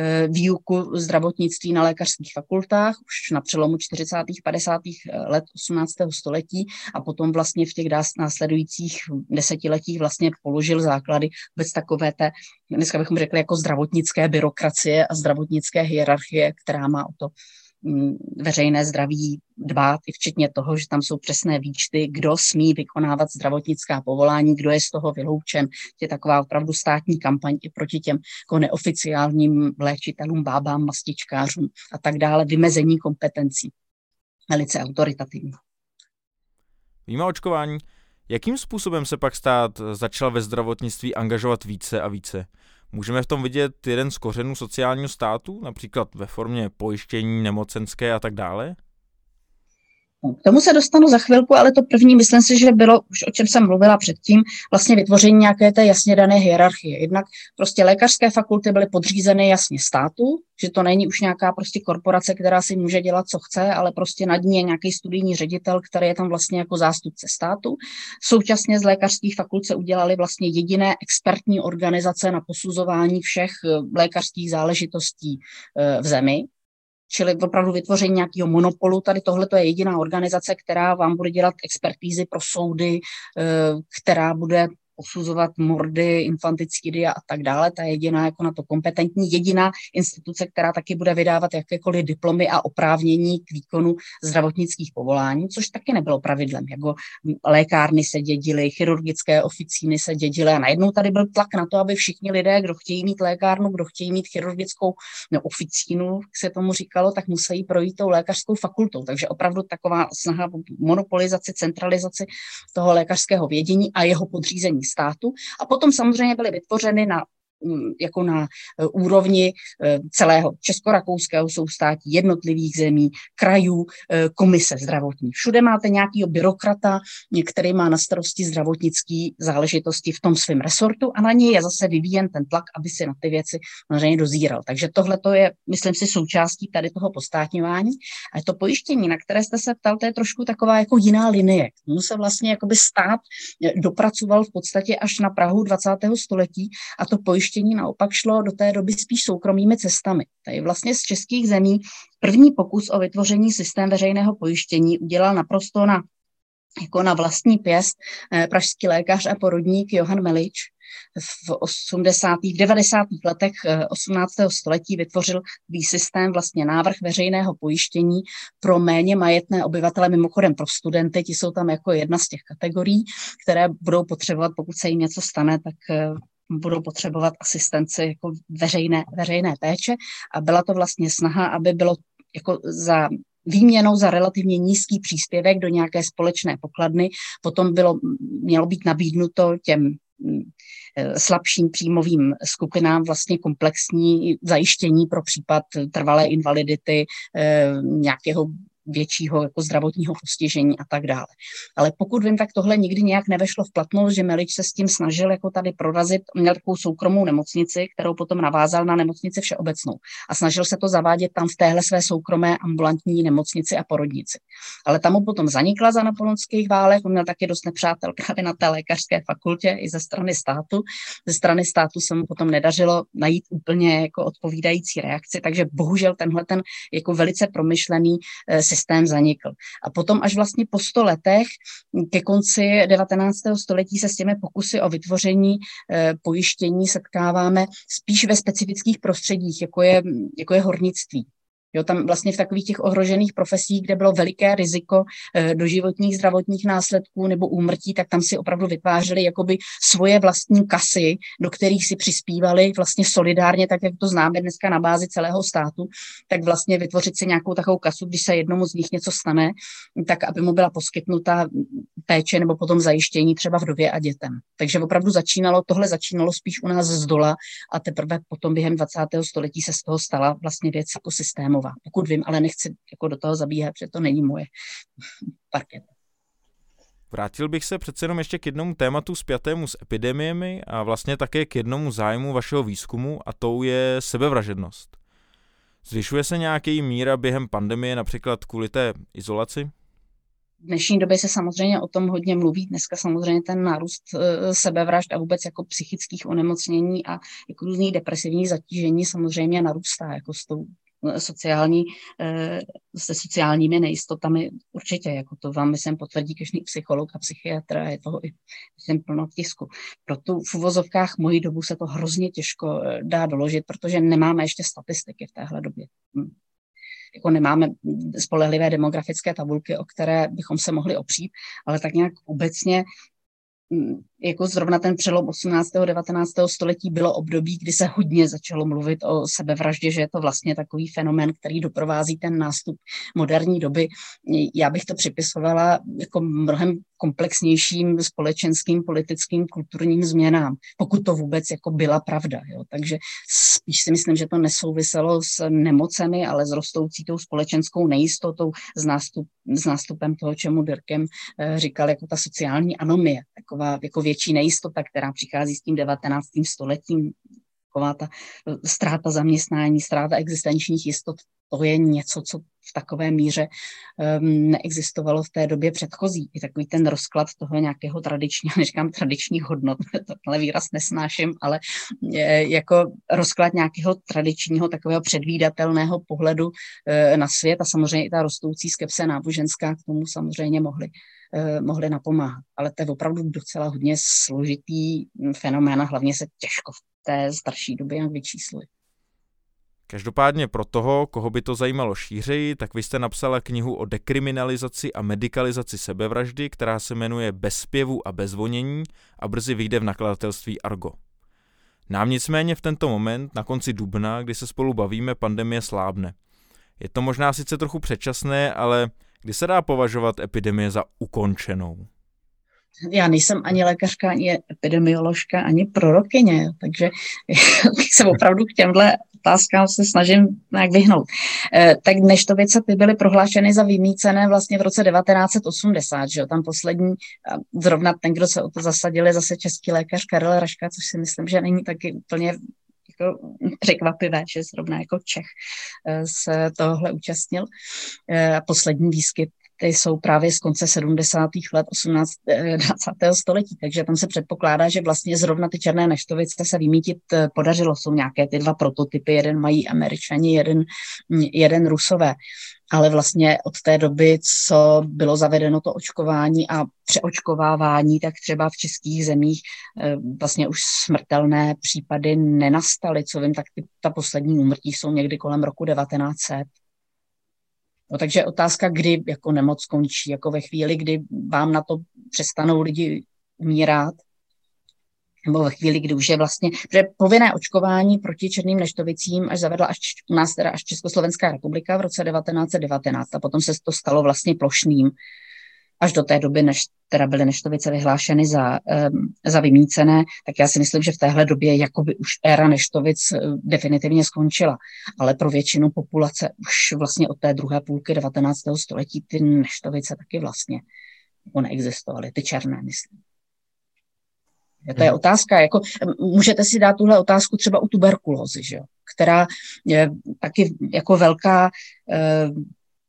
výuku zdravotnictví na lékařských fakultách už na přelomu čtyřicátých padesátých let osmnáctého století a potom vlastně v těch následujících desetiletích vlastně položil základy vůbec takové té, dneska bychom řekli jako zdravotnické byrokracie a zdravotnické hierarchie, která má o to veřejné zdraví dbát, i včetně toho, že tam jsou přesné výčty, kdo smí vykonávat zdravotnická povolání, kdo je z toho vyloučen. Je taková opravdu státní kampaň i proti těm jako neoficiálním léčitelům, bábám, mastičkářům a tak dále, vymezení kompetencí. Velice autoritativní. Víme očkování. Jakým způsobem se pak stát začal ve zdravotnictví angažovat více a více? Můžeme v tom vidět jeden z kořenů sociálního státu, například ve formě pojištění, nemocenské a tak dále? K tomu se dostanu za chvilku, ale to první, myslím si, že bylo, už o čem jsem mluvila předtím, vlastně vytvoření nějaké té jasně dané hierarchie. Jednak prostě lékařské fakulty byly podřízeny jasně státu, že to není už nějaká prostě korporace, která si může dělat, co chce, ale prostě nad ní je nějaký studijní ředitel, který je tam vlastně jako zástupce státu. Současně z lékařských fakult se udělali vlastně jediné expertní organizace na posuzování všech lékařských záležitostí v zemi. Čili opravdu vytvoření nějakého monopolu. Tady tohle je jediná organizace, která vám bude dělat expertízy pro soudy, která bude posuzovat mordy, infanticidy a tak dále. Ta je jediná jako na to kompetentní, jediná instituce, která taky bude vydávat jakékoliv diplomy a oprávnění k výkonu zdravotnických povolání, což taky nebylo pravidlem. Jako lékárny se dědily, chirurgické oficíny se dědily a najednou tady byl tlak na to, aby všichni lidé, kdo chtějí mít lékárnu, kdo chtějí mít chirurgickou no, oficínu, jak se tomu říkalo, tak musí projít tou lékařskou fakultou. Takže opravdu taková snaha monopolizaci, centralizaci toho lékařského vědění a jeho podřízení státu. A potom samozřejmě byly vytvořeny na jako na úrovni celého česko-rakouského soustátí, jednotlivých zemí, krajů, komise zdravotní. Všude máte nějakýho byrokrata, který má na starosti zdravotnické záležitosti v tom svém resortu a na něj je zase vyvíjen ten tlak, aby si na ty věci samozřejmě dozíral. Takže tohle to je, myslím si, součástí tady toho postátňování. A to pojištění, na které jste se ptal, to je trošku taková jako jiná linie. K tomu se vlastně jakoby stát dopracoval v podstatě až na prahu dvacátého století a to pojištění naopak šlo do té doby spíš soukromými cestami. Tady vlastně z českých zemí první pokus o vytvoření systém veřejného pojištění udělal naprosto na, jako na vlastní pěst eh, pražský lékař a porodník Johann Melič. V osmdesátých, devadesátých letech osmnáctého století vytvořil takový systém, vlastně návrh veřejného pojištění pro méně majetné obyvatele, mimochodem pro studenty, ti jsou tam jako jedna z těch kategorií, které budou potřebovat, pokud se jim něco stane, tak budou potřebovat asistenci jako veřejné, veřejné péče a byla to vlastně snaha, aby bylo jako za výměnou za relativně nízký příspěvek do nějaké společné pokladny, potom bylo, mělo být nabídnuto těm slabším příjmovým skupinám vlastně komplexní zajištění pro případ trvalé invalidity, nějakého většího jako zdravotního postižení a tak dále. Ale pokud vím, tak tohle nikdy nějak nevešlo v platnost, že Melič se s tím snažil jako tady prorazit, měl takovou soukromou nemocnici, kterou potom navázal na nemocnici všeobecnou a snažil se to zavádět tam v téhle své soukromé ambulantní nemocnici a porodnici. Ale tam mu potom zanikla za napoleonských válek, on měl taky dost nepřátel právě na té lékařské fakultě i ze strany státu. Ze strany státu se mu potom nedařilo najít úplně jako odpovídající reakci, takže bohužel tenhle ten jako velice promyšlený systém zanikl. A potom až vlastně po sto letech ke konci devatenáctého století se s těmi pokusy o vytvoření e, pojištění setkáváme spíš ve specifických prostředích, jako je, jako je hornictví. Jo, tam vlastně v takových těch ohrožených profesích, kde bylo veliké riziko e, doživotních zdravotních následků nebo úmrtí, tak tam si opravdu vytvářeli jakoby svoje vlastní kasy, do kterých si přispívali vlastně solidárně, tak jak to známe dneska na bázi celého státu, tak vlastně vytvořit si nějakou takovou kasu, když se jednomu z nich něco stane, tak aby mu byla poskytnuta péče nebo potom zajištění třeba vdově a dětem. Takže opravdu začínalo, tohle začínalo spíš u nás zdola a teprve potom během dvacátého století se z toho stala vlastně věc jako systémová. Pokud vím, ale nechci jako do toho zabíhat, protože to není moje parket. Vrátil bych se přece jenom ještě k jednomu tématu spjatému s epidemiemi a vlastně také k jednomu zájmu vašeho výzkumu a tou je sebevražednost. Zvyšuje se nějaký míra během pandemie například kvůli té izolaci? V dnešní době se samozřejmě o tom hodně mluví. Dneska samozřejmě ten nárůst sebevražd a vůbec jako psychických onemocnění a jako různých depresivních zatížení samozřejmě narůstá jako s tou sociální, se sociálními nejistotami určitě, jako to vám myslím potvrdí každý psycholog a psychiatr a je toho i myslím plno v tisku. Proto v uvozovkách mojí dobu se to hrozně těžko dá doložit, protože nemáme ještě statistiky v téhle době. Jako nemáme spolehlivé demografické tabulky, o které bychom se mohli opřít, ale tak nějak obecně jako zrovna ten přelom osmnáctého devatenáctého století bylo období, kdy se hodně začalo mluvit o sebevraždě, že je to vlastně takový fenomén, který doprovází ten nástup moderní doby. Já bych to připisovala jako mnohem komplexnějším společenským, politickým, kulturním změnám, pokud to vůbec jako byla pravda. Jo. Takže spíš si myslím, že to nesouviselo s nemocemi, ale s rostoucí tou společenskou nejistotou, s, nástup, s nástupem toho, čemu Durkheim eh, říkal jako ta sociální anomie, taková jako větší nejistota, která přichází s tím devatenáctým stoletím, taková ta ztráta zaměstnání, ztráta existenčních jistot, to je něco, co v takové míře um, neexistovalo v té době předchozí. I takový ten rozklad toho nějakého tradičního, neříkám tradičních hodnot, tohle výraz nesnáším, ale je, jako rozklad nějakého tradičního, takového předvídatelného pohledu uh, na svět a samozřejmě i ta rostoucí skepse náboženská k tomu samozřejmě mohly, uh, mohly napomáhat. Ale to je opravdu docela hodně složitý fenomén a hlavně se těžko v té starší době jak vyčísluje. Každopádně pro toho, koho by to zajímalo šířeji, tak vy jste napsala knihu o dekriminalizaci a medikalizaci sebevraždy, která se jmenuje Bez zpěvu a bez vonění a brzy vyjde v nakladatelství Argo. Nám nicméně v tento moment, na konci dubna, kdy se spolu bavíme, pandemie slábne. Je to možná sice trochu předčasné, ale kdy se dá považovat epidemie za ukončenou? Já nejsem ani lékařka, ani epidemioložka, ani prorokyně, takže se opravdu k těmhle otázkám se snažím nějak vyhnout. Tak neštovice ty byly prohlášeny za vymýcené vlastně v roce devatenáct set osmdesát, že jo, tam poslední, zrovna ten, kdo se o to zasadili, zase český lékař Karel Raška, což si myslím, že není taky úplně jako překvapivé, že zrovna jako Čech se tohle účastnil. Poslední výskyt ty jsou právě z konce sedmdesátých let osmnáctého dvacátého století, takže tam se předpokládá, že vlastně zrovna ty černé neštovice se vymýtit podařilo. Jsou nějaké ty dva prototypy, jeden mají Američani, jeden, jeden Rusové. Ale vlastně od té doby, co bylo zavedeno to očkování a přeočkovávání, tak třeba v českých zemích vlastně už smrtelné případy nenastaly. Co vím, tak ty, ta poslední úmrtí jsou někdy kolem roku devatenáct set. No, takže otázka, kdy jako nemoc skončí, jako ve chvíli, kdy vám na to přestanou lidi umírat, nebo ve chvíli, kdy už je vlastně, protože povinné očkování proti černým neštovicím až zavedla až u nás teda až Československá republika v roce devatenáct set devatenáct a potom se to stalo vlastně plošným až do té doby, než teda byly neštovice vyhlášeny za, um, za vymýcené, tak já si myslím, že v téhle době jakoby už éra neštovic uh, definitivně skončila. Ale pro většinu populace už vlastně od té druhé půlky devatenáctého století ty neštovice taky vlastně jako neexistovaly, ty černé, myslím. To je hmm. otázka, jako můžete si dát tuhle otázku třeba u tuberkulózy, že jo, která je taky jako velká uh,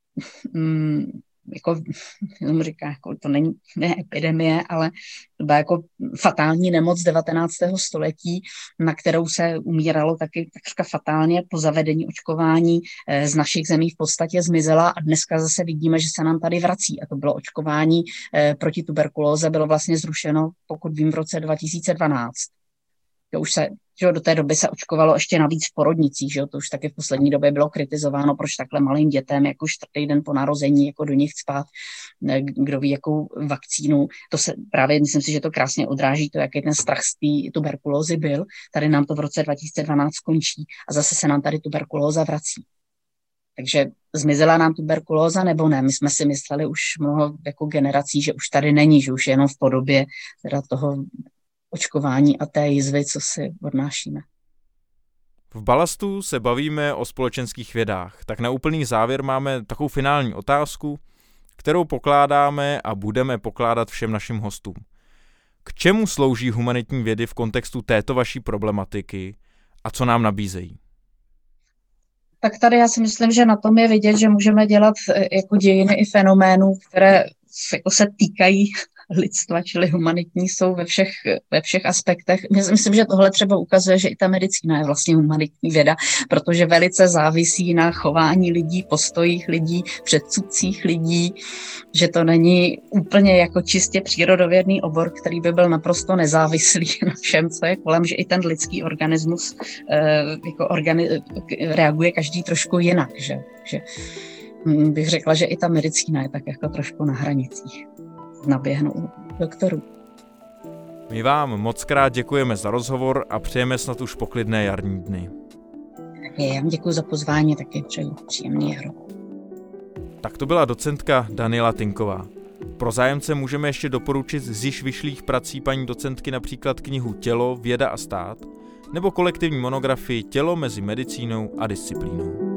um, jako, říká, jako to není ne epidemie, ale to byla jako fatální nemoc devatenáctého století, na kterou se umíralo taky takřka fatálně po zavedení očkování z našich zemí v podstatě zmizela a dneska zase vidíme, že se nám tady vrací a to bylo očkování proti tuberkulóze, bylo vlastně zrušeno, pokud vím, v roce dva tisíce dvanáct. To už se, že do té doby se očkovalo ještě navíc v porodnicích, že to už taky v poslední době bylo kritizováno, proč takhle malým dětem jako čtvrtý den po narození jako do nich spát, kdo ví jakou vakcínu. To se právě, myslím si, že to krásně odráží to, jaký ten strach z té tuberkulózy byl. Tady nám to v roce dva tisíce dvanáct skončí a zase se nám tady tuberkulóza vrací. Takže zmizela nám tuberkulóza nebo ne? My jsme si mysleli už mnoho jako generací, že už tady není, že už je jenom v podobě teda toho očkování a té jizvy, co si odnášíme. V Ballastu se bavíme o společenských vědách, tak na úplný závěr máme takovou finální otázku, kterou pokládáme a budeme pokládat všem našim hostům. K čemu slouží humanitní vědy v kontextu této vaší problematiky a co nám nabízejí? Tak tady já si myslím, že na tom je vidět, že můžeme dělat jako dějiny i fenoménů, které jako se týkají lidstva, čili humanitní jsou ve všech, ve všech aspektech. Myslím, že tohle třeba ukazuje, že i ta medicína je vlastně humanitní věda, protože velice závisí na chování lidí, postojích lidí, předsudcích lidí, že to není úplně jako čistě přírodovědný obor, který by byl naprosto nezávislý na všem, co je kolem, že i ten lidský organismus eh, jako organi- reaguje každý trošku jinak, že, že bych řekla, že i ta medicína je tak jako trošku na hranicích. Naběhnou doktorů. My vám moc krát děkujeme za rozhovor a přejeme snad už poklidné jarní dny. Já vám děkuji za pozvání, taky přeju příjemný jaro. Tak to byla docentka Daniela Tinková. Pro zájemce můžeme ještě doporučit z již vyšlých prací paní docentky například knihu Tělo, věda a stát nebo kolektivní monografii Tělo mezi medicínou a disciplínou.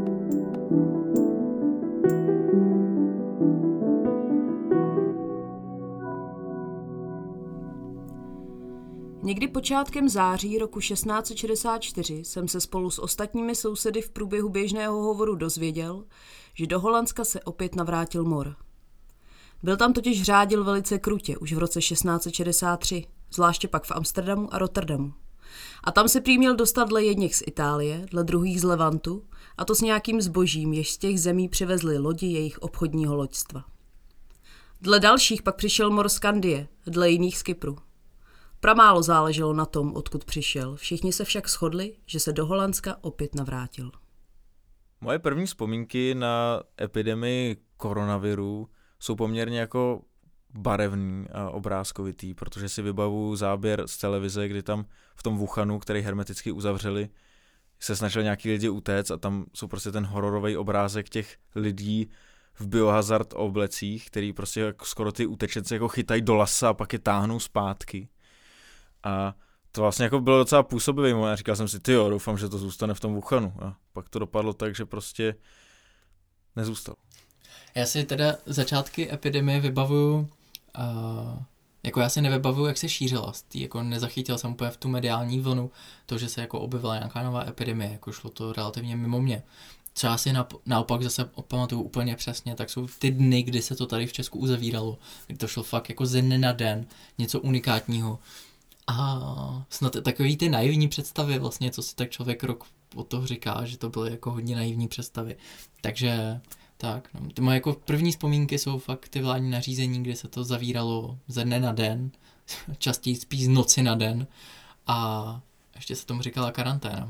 Někdy počátkem září roku šestnáct set šedesát čtyři jsem se spolu s ostatními sousedy v průběhu běžného hovoru dozvěděl, že do Holandska se opět navrátil mor. Byl tam totiž řádil velice krutě už v roce šestnáct set šedesát tři, zvláště pak v Amsterdamu a Rotterdamu. A tam se prý měl dostat dle jedněch z Itálie, dle druhých z Levantu, a to s nějakým zbožím, jež z těch zemí přivezly lodi jejich obchodního loďstva. Dle dalších pak přišel mor z Kandie, dle jiných z Kypru. Pramálo záleželo na tom, odkud přišel. Všichni se však shodli, že se do Holandska opět navrátil. Moje první vzpomínky na epidemii koronaviru jsou poměrně jako barevný a obrázkovitý, protože si vybavuju záběr z televize, kdy tam v tom Wuhanu, který hermeticky uzavřeli, se snažili nějaký lidi utéct a tam jsou prostě ten hororový obrázek těch lidí v biohazard oblecích, který prostě jako skoro ty utečenci jako chytají do lasa a pak je táhnou zpátky. A to vlastně jako bylo docela působivý moment. A říkal jsem si, tyjo, doufám, že to zůstane v tom Wuhanu. A pak to dopadlo tak, že prostě nezůstal. Já si teda začátky epidemie vybavuju, uh, jako já si nevybavuju, jak se šířila. Jako nezachytil jsem úplně v tu mediální vlnu to, že se jako objevila nějaká nová epidemie, jako šlo to relativně mimo mě. Co já si naopak zase pamatuju úplně přesně, tak jsou ty dny, kdy se to tady v Česku uzavíralo, kdy to šlo fakt jako ze dne na den, něco unikátního. A snad takový ty naivní představy vlastně, co si tak člověk rok od toho říká, že to byly jako hodně naivní představy. Takže tak, no, ty moje jako první vzpomínky jsou fakt ty vládní nařízení, kde se to zavíralo ze dne na den, častěji spíš z noci na den a ještě se tomu říkala karanténa.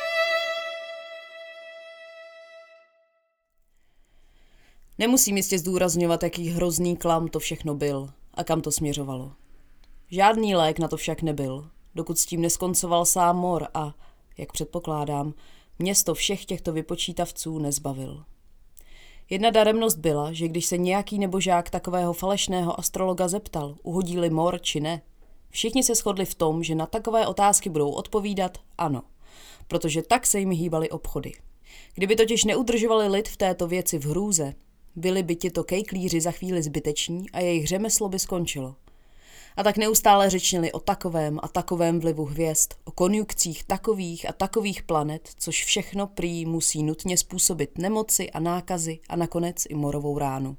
Nemusím jistě zdůrazňovat, jaký hrozný klam to všechno byl a kam to směřovalo. Žádný lék na to však nebyl, dokud s tím neskoncoval sám mor a, jak předpokládám, město všech těchto vypočítavců nezbavil. Jedna daremnost byla, že když se nějaký nebožák takového falešného astrologa zeptal, uhodí-li mor či ne, všichni se shodli v tom, že na takové otázky budou odpovídat ano, protože tak se jim hýbaly obchody. Kdyby totiž neudržovali lid v této věci v hrůze, byli by tito kejklíři za chvíli zbyteční a jejich řemeslo by skončilo. A tak neustále řečnili o takovém a takovém vlivu hvězd, o konjunkcích takových a takových planet, což všechno prý musí nutně způsobit nemoci a nákazy a nakonec i morovou ránu.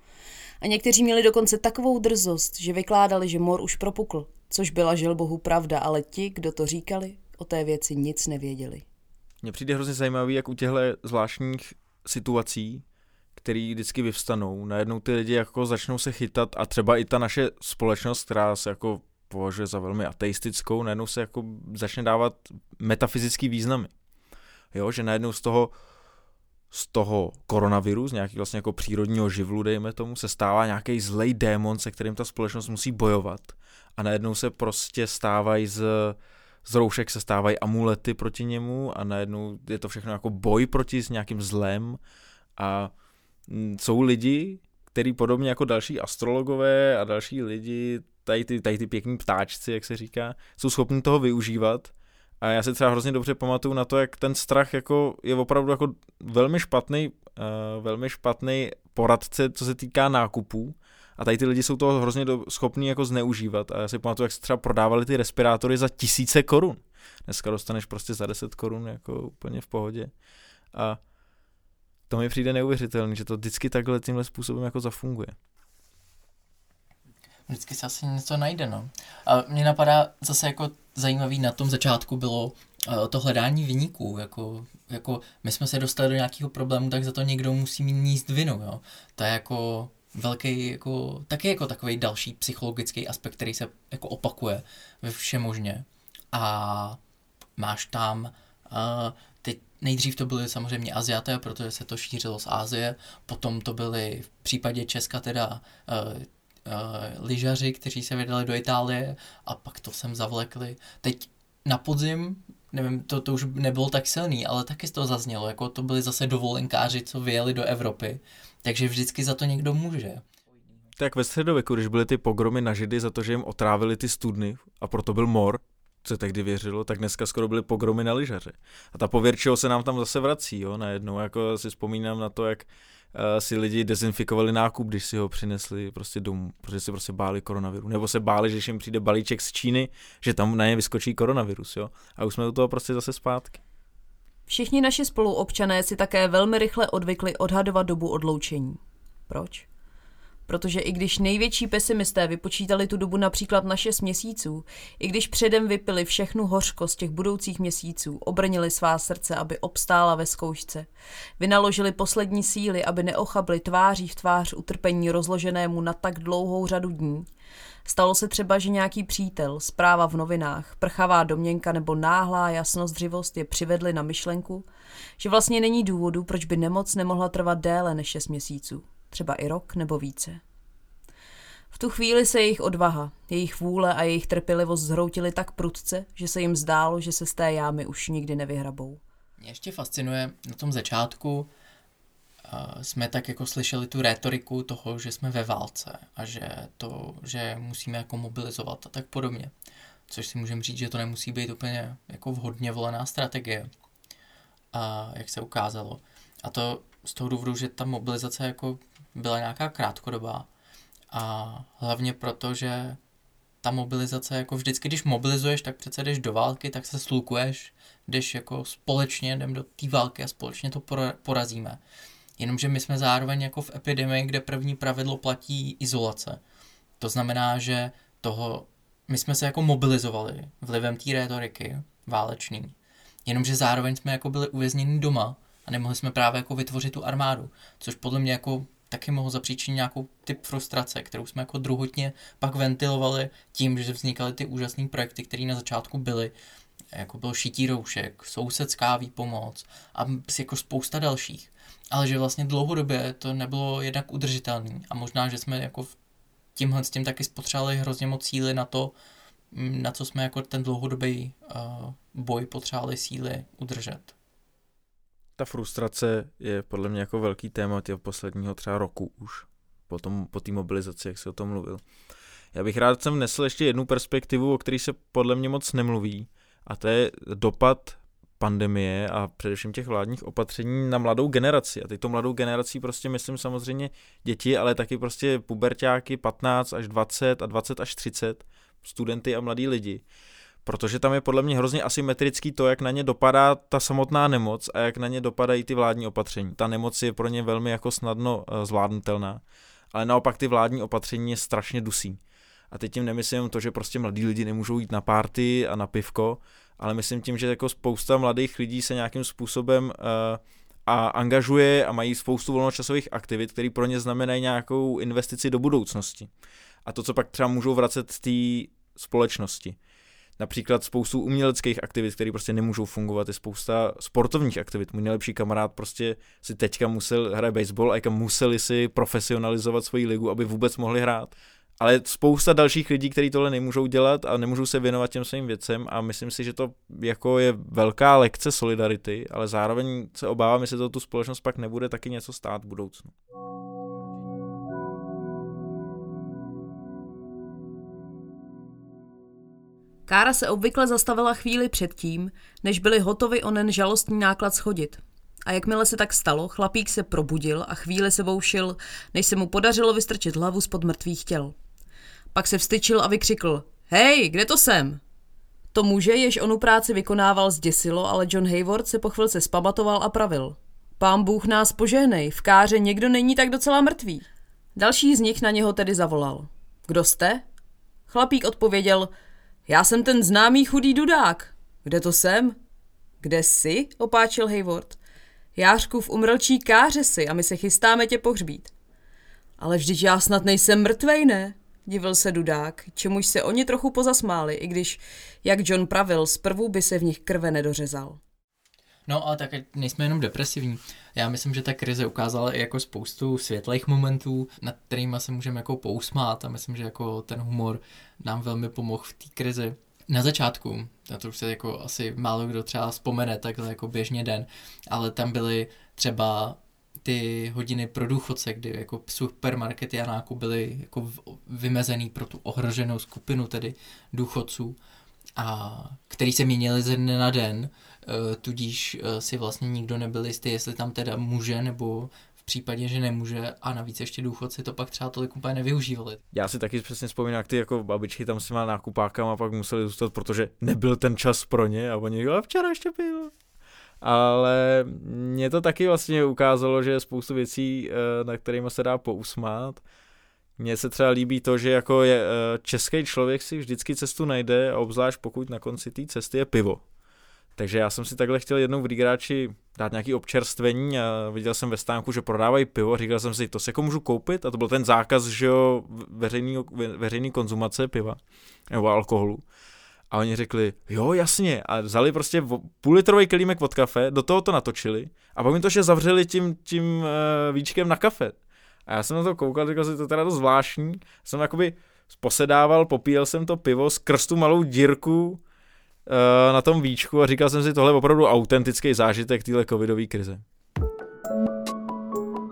A někteří měli dokonce takovou drzost, že vykládali, že mor už propukl, což byla želbohu pravda, ale ti, kdo to říkali, o té věci nic nevěděli. Mně přijde hrozně zajímavý, jak u těchto zvláštních situací, který vždycky vyvstanou, najednou ty lidi jako začnou se chytat a třeba i ta naše společnost, která se jako považuje za velmi ateistickou, najednou se jako začne dávat metafyzický významy. Jo, že najednou z toho z toho koronaviru, z nějakého vlastně jako přírodního živlu, dejme tomu, se stává nějaký zlej démon, se kterým ta společnost musí bojovat. A najednou se prostě stávají z, z roušek se stávají amulety proti němu a najednou je to všechno jako boj proti s nějakým zlem a jsou lidi, který podobně jako další astrologové a další lidi, tady ty, tady ty pěkní ptáčci, jak se říká, jsou schopni toho využívat. A já si třeba hrozně dobře pamatuju na to, jak ten strach jako je opravdu jako velmi špatný, uh, velmi špatný poradce, co se týká nákupů. A tady ty lidi jsou toho hrozně do, schopní jako zneužívat. A já si pamatuju, jak se třeba prodávali ty respirátory za tisíce korun. Dneska dostaneš prostě za deset korun jako úplně v pohodě. A to mi přijde neuvěřitelný, že to vždycky takhle tímhle způsobem jako zafunguje. Vždycky se asi něco najde, no. A mě napadá zase jako zajímavý na tom začátku bylo uh, to hledání viníků, jako, jako my jsme se dostali do nějakého problému, tak za to někdo musí mít níst vinu, jo. To je jako velký, jako, taky jako takový další psychologický aspekt, který se jako opakuje ve všemožně. A máš tam, uh, teď nejdřív to byly samozřejmě Asiaté, protože se to šířilo z Asie, potom to byly v případě Česka teda uh, Uh, lyžaři, kteří se vydali do Itálie a pak to sem zavlekli. Teď na podzim, nevím, to, to už nebylo tak silný, ale taky z toho zaznělo, jako to byli zase dovolenkáři, co vyjeli do Evropy, takže vždycky za to někdo může. Tak ve středověku, když byly ty pogromy na Židy za to, že jim otrávili ty studny a proto byl mor, co se tehdy věřilo, tak dneska skoro byly pogromy na lyžaře. A ta pověrčivost se nám tam zase vrací, jo, najednou, jako si vzpomínám na to, jak si lidi dezinfikovali nákup, když si ho přinesli prostě domů, protože si prostě báli koronaviru. Nebo se báli, že když jim přijde balíček z Číny, že tam na ně vyskočí koronavirus, jo. A už jsme do toho prostě zase zpátky. Všichni naši spoluobčané si také velmi rychle odvykli odhadovat dobu odloučení. Proč? Protože i když největší pesimisté vypočítali tu dobu například na šest měsíců, i když předem vypili všechnu hořkost těch budoucích měsíců, obrnili svá srdce, aby obstála ve zkoušce, vynaložili poslední síly, aby neochabli tváří v tvář utrpení rozloženému na tak dlouhou řadu dní, stalo se třeba, že nějaký přítel, zpráva v novinách, prchavá domněnka nebo náhlá jasnozřivost je přivedli na myšlenku, že vlastně není důvodu, proč by nemoc nemohla trvat déle než šest měsíců. Třeba i rok nebo více. V tu chvíli se jejich odvaha, jejich vůle a jejich trpělivost zhroutily tak prudce, že se jim zdálo, že se z té jámy už nikdy nevyhrabou. Mě ještě fascinuje na tom začátku, jsme tak jako slyšeli tu rétoriku toho, že jsme ve válce a že to, že musíme jako mobilizovat a tak podobně. Což si můžeme říct, že to nemusí být úplně jako vhodně volená strategie, a jak se ukázalo. A to z toho důvodu, že ta mobilizace jako byla nějaká krátkodobá a hlavně proto, že ta mobilizace, jako vždycky, když mobilizuješ, tak přece jdeš do války, tak se slukuješ, jdeš jako společně, jdem do té války a společně to porazíme. Jenomže my jsme zároveň jako v epidemii, kde první pravidlo platí izolace. To znamená, že toho, my jsme se jako mobilizovali vlivem té rétoriky válečný, jenomže zároveň jsme jako byli uvězněni doma a nemohli jsme právě jako vytvořit tu armádu, což podle mě jako taky mohlo zapříčinit nějakou typ frustrace, kterou jsme jako druhotně pak ventilovali tím, že vznikaly ty úžasné projekty, které na začátku byly, jako bylo šití roušek, sousedská výpomoc a jako spousta dalších. Ale že vlastně dlouhodobě to nebylo jednak udržitelné a možná, že jsme jako tímhle s tím taky spotřebovali hrozně moc síly na to, na co jsme jako ten dlouhodobý uh, boj potřebovali síly udržet. Ta frustrace je podle mě jako velký téma těch posledního třeba roku už, po tom, po té mobilizaci, jak se o tom mluvil. Já bych rád sem vnesl ještě jednu perspektivu, o který se podle mě moc nemluví, a to je dopad pandemie a především těch vládních opatření na mladou generaci. A teď to mladou generací prostě myslím samozřejmě děti, ale taky prostě puberťáky patnáct až dvacet a dvacet až třicet, studenty a mladí lidi. Protože tam je podle mě hrozně asymetrický to, jak na ně dopadá ta samotná nemoc a jak na ně dopadají ty vládní opatření. Ta nemoc je pro ně velmi jako snadno zvládnutelná, ale naopak ty vládní opatření je strašně dusí. A teď tím nemyslím to, že prostě mladí lidi nemůžou jít na party a na pivko, ale myslím tím, že jako spousta mladých lidí se nějakým způsobem uh, a angažuje a mají spoustu volnočasových aktivit, které pro ně znamenají nějakou investici do budoucnosti. A to, co pak třeba můžou vracet z té společnosti. Například spoustu uměleckých aktivit, které prostě nemůžou fungovat, je spousta sportovních aktivit. Můj nejlepší kamarád prostě si teďka musel hrát baseball a museli si profesionalizovat svoji ligu, aby vůbec mohli hrát. Ale spousta dalších lidí, kteří tohle nemůžou dělat a nemůžou se věnovat těm svým věcem a myslím si, že to jako je velká lekce solidarity, ale zároveň se obávám, jestli to tu společnost pak nebude taky něco stát v budoucnu. Kára se obvykle zastavila chvíli předtím, než byli hotovi onen žalostný náklad schodit. A jakmile se tak stalo, chlapík se probudil a chvíli se boušil, než se mu podařilo vystrčit hlavu spod mrtvých těl. Pak se vstyčil a vykřikl: Hej, kde to jsem? To muže, jež onu práci vykonával, zděsilo, ale John Hayward se po chvilce zpamatoval a pravil: Pán Bůh nás požehnej, v Káře někdo není tak docela mrtvý. Další z nich na něho tedy zavolal: Kdo jste? Chlapík odpověděl: Já jsem ten známý chudý dudák. Kde to jsem? Kde jsi? Opáčil Hayward. Jářku, v umrlčí Káře si a my se chystáme tě pohřbít. Ale vždyť já snad nejsem mrtvej, ne? Divil se dudák, čemuž se oni trochu pozasmáli, i když, jak John pravil, zprvu by se v nich krve nedořezal. No ale tak nejsme jenom depresivní. Já myslím, že ta krize ukázala i jako spoustu světlých momentů, nad kterými se můžeme jako pousmát a myslím, že jako ten humor nám velmi pomohl v té krizi. Na začátku, na to už se jako asi málo kdo třeba vzpomene takhle jako běžně den, ale tam byly třeba ty hodiny pro důchodce, kdy jako supermarkety a nákup byly jako vymezený pro tu ohroženou skupinu tedy důchodců, a který se měnili ze dne na den, tudíž si vlastně nikdo nebyl jistý, jestli tam teda může nebo v případě, že nemůže, a navíc ještě důchodci to pak třeba tolik úplně nevyužívali. Já si taky přesně vzpomínám, jak ty jako babičky tam s těma nákupákama a pak museli zůstat, protože nebyl ten čas pro ně a oni říkali, včera ještě pil. Ale mě to taky vlastně ukázalo, že je spoustu věcí, na kterými se dá pousmát. Mně se třeba líbí to, že jako je, český člověk si vždycky cestu najde a obzvlášť pokud na konci té cesty je pivo. Takže já jsem si takhle chtěl jednou v Rýgráči dát nějaký občerstvení a viděl jsem ve stánku, že prodávají pivo, říkal jsem si, to se jako můžu koupit, a to byl ten zákaz, že jo, veřejný, veřejný konzumace piva nebo alkoholu. A oni řekli, jo, jasně, a vzali prostě půllitrový kelímek od kafe, do toho to natočili a pak mi to ještě zavřeli tím, tím uh, víčkem na kafe. A já jsem na to koukal, říkal si, to teda dost zvláštní. Jsem jakoby posedával, popíjel jsem to pivo skrz tu malou dírku uh, na tom víčku a říkal jsem si, tohle je opravdu autentický zážitek téhle covidové krize.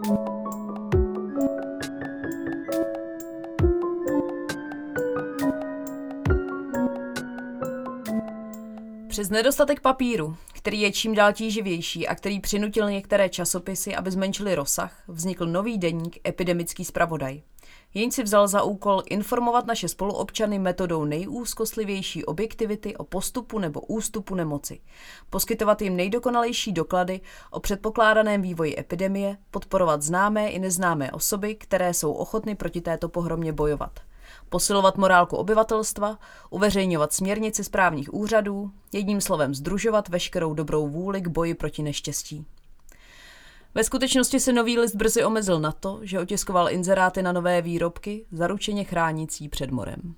Přes nedostatek papíru, který je čím dál tíživější a který přinutil některé časopisy, aby zmenšili rozsah, vznikl nový deník Epidemický zpravodaj. Jenž si vzal za úkol informovat naše spoluobčany metodou nejúzkostlivější objektivity o postupu nebo ústupu nemoci, poskytovat jim nejdokonalejší doklady o předpokládaném vývoji epidemie, podporovat známé i neznámé osoby, které jsou ochotny proti této pohromě bojovat, posilovat morálku obyvatelstva, uveřejňovat směrnice správních úřadů, jedním slovem sdružovat veškerou dobrou vůli k boji proti neštěstí. Ve skutečnosti se Nový list brzy omezil na to, že otiskoval inzeráty na nové výrobky, zaručeně chránící před morem.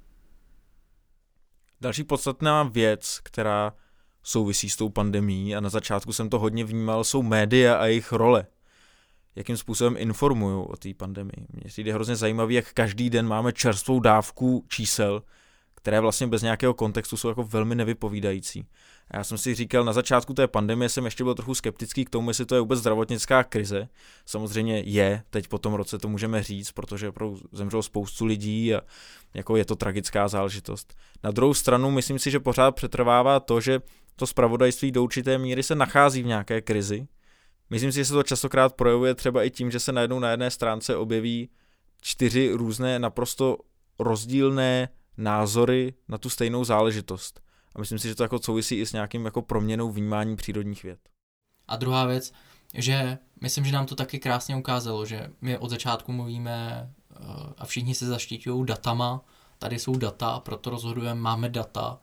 Další podstatná věc, která souvisí s tou pandemií, a na začátku jsem to hodně vnímal, jsou média a jejich role. Jakým způsobem informují o té pandemii. Mně přijde hrozně zajímavý, jak každý den máme čerstvou dávku čísel, které vlastně bez nějakého kontextu jsou jako velmi nevypovídající. A já jsem si říkal, na začátku té pandemie jsem ještě byl trochu skeptický k tomu, jestli to je vůbec zdravotnická krize. Samozřejmě je, teď po tom roce to můžeme říct, protože zemřelo spoustu lidí a jako je to tragická záležitost. Na druhou stranu myslím si, že pořád přetrvává to, že to zpravodajství do určité míry se nachází v nějaké krizi. Myslím si, že se to častokrát projevuje třeba i tím, že se najednou na jedné stránce objeví čtyři různé naprosto rozdílné názory na tu stejnou záležitost. A myslím si, že to jako souvisí i s nějakým jako proměnou vnímání přírodních věd. A druhá věc, že myslím, že nám to taky krásně ukázalo, že my od začátku mluvíme a všichni se zaštiťují datama, tady jsou data a proto rozhodujeme, máme data.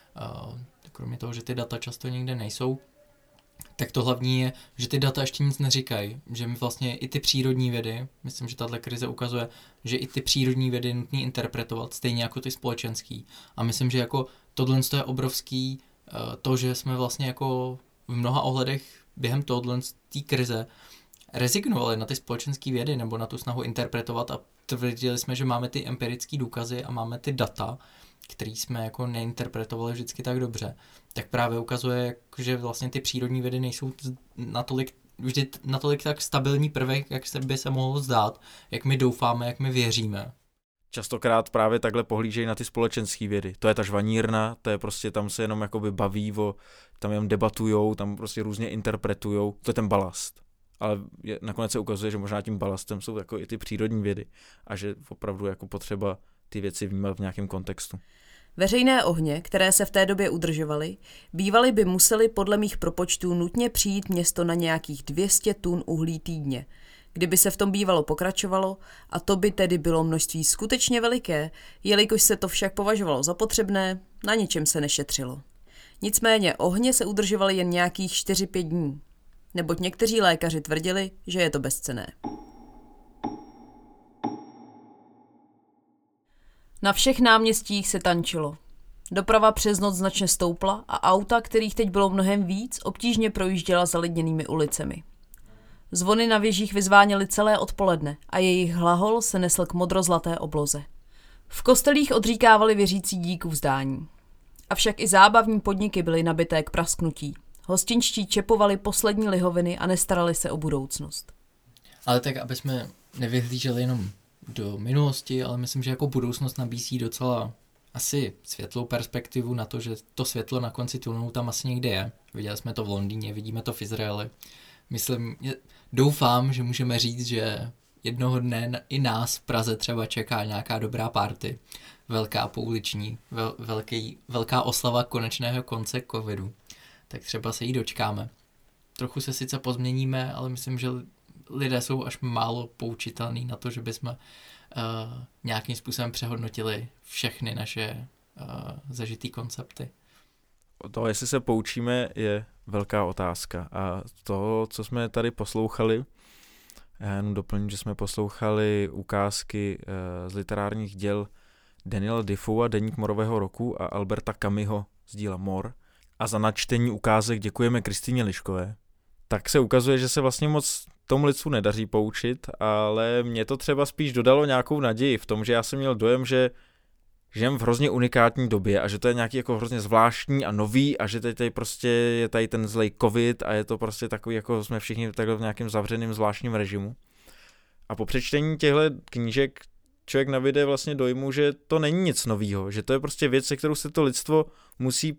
Kromě toho, že ty data často nikde nejsou, tak to hlavní je, že ty data ještě nic neříkají, že my vlastně i ty přírodní vědy, myslím, že tato krize ukazuje, že i ty přírodní vědy je nutné interpretovat stejně jako ty společenský. A myslím, že jako tohle je obrovský to, že jsme vlastně jako v mnoha ohledech během tohle té krize rezignovali na ty společenské vědy nebo na tu snahu interpretovat a tvrdili jsme, že máme ty empirické důkazy a máme ty data, který jsme jako neinterpretovali vždycky tak dobře, tak právě ukazuje, že vlastně ty přírodní vědy nejsou natolik, vždy natolik tak stabilní prvek, jak se by se mohlo zdát, jak my doufáme, jak my věříme. Častokrát právě takhle pohlížejí na ty společenské vědy. To je ta žvanírna, to je prostě tam se jenom jakoby baví, o, tam jenom debatujou, tam prostě různě interpretujou. To je ten balast. Ale je, nakonec se ukazuje, že možná tím balastem jsou jako i ty přírodní vědy a že opravdu jako potřeba ty věci vnímat v nějakém kontextu. Veřejné ohně, které se v té době udržovaly, bývaly by museli podle mých propočtů nutně přijít město na nějakých dvě stě tun uhlí týdně. Kdyby se v tom bývalo pokračovalo, a to by tedy bylo množství skutečně veliké, jelikož se to však považovalo za potřebné, na ničem se nešetřilo. Nicméně ohně se udržovaly jen nějakých čtyři pět dní, neboť někteří lékaři tvrdili, že je to bezcenné. Na všech náměstích se tančilo. Doprava přes noc značně stoupla a auta, kterých teď bylo mnohem víc, obtížně projížděla zalidněnými ulicemi. Zvony na věžích vyzváněly celé odpoledne a jejich hlahol se nesl k modrozlaté obloze. V kostelích odříkávali věřící díku vzdání. Avšak i zábavní podniky byly nabité k prasknutí. Hostinští čepovali poslední lihoviny a nestarali se o budoucnost. Ale tak, aby jsme nevyhlíželi jenom do minulosti, ale myslím, že jako budoucnost nabízí docela asi světlou perspektivu na to, že to světlo na konci tunelu tam asi někde je. Viděli jsme to v Londýně, vidíme to v Izraeli. Myslím, doufám, že můžeme říct, že jednoho dne i nás v Praze třeba čeká nějaká dobrá party. Velká pouliční, vel, velký, velká oslava konečného konce covidu. Tak třeba se jí dočkáme. Trochu se sice pozměníme, ale myslím, že lidé jsou až málo poučitelní na to, že bychom uh, nějakým způsobem přehodnotili všechny naše uh, zažitý koncepty. O toho, jestli se poučíme, je velká otázka. A to, co jsme tady poslouchali, já jenom doplním, že jsme poslouchali ukázky uh, z literárních děl Daniela Defoea, Deník morového roku, a Alberta Camusho z díla Mor. A za načtení ukázek děkujeme Kristýně Liškové. Tak se ukazuje, že se vlastně moc tomu lidstvu nedaří poučit, ale mě to třeba spíš dodalo nějakou naději v tom, že já jsem měl dojem, že žijem v hrozně unikátní době a že to je nějaký jako hrozně zvláštní a nový a že teď tady prostě je tady ten zlej covid a je to prostě takový, jako jsme všichni takhle v nějakém zavřeném zvláštním režimu. A po přečtení těchto knížek člověk navyde vlastně dojmu, že to není nic novýho, že to je prostě věc, se kterou se to lidstvo musí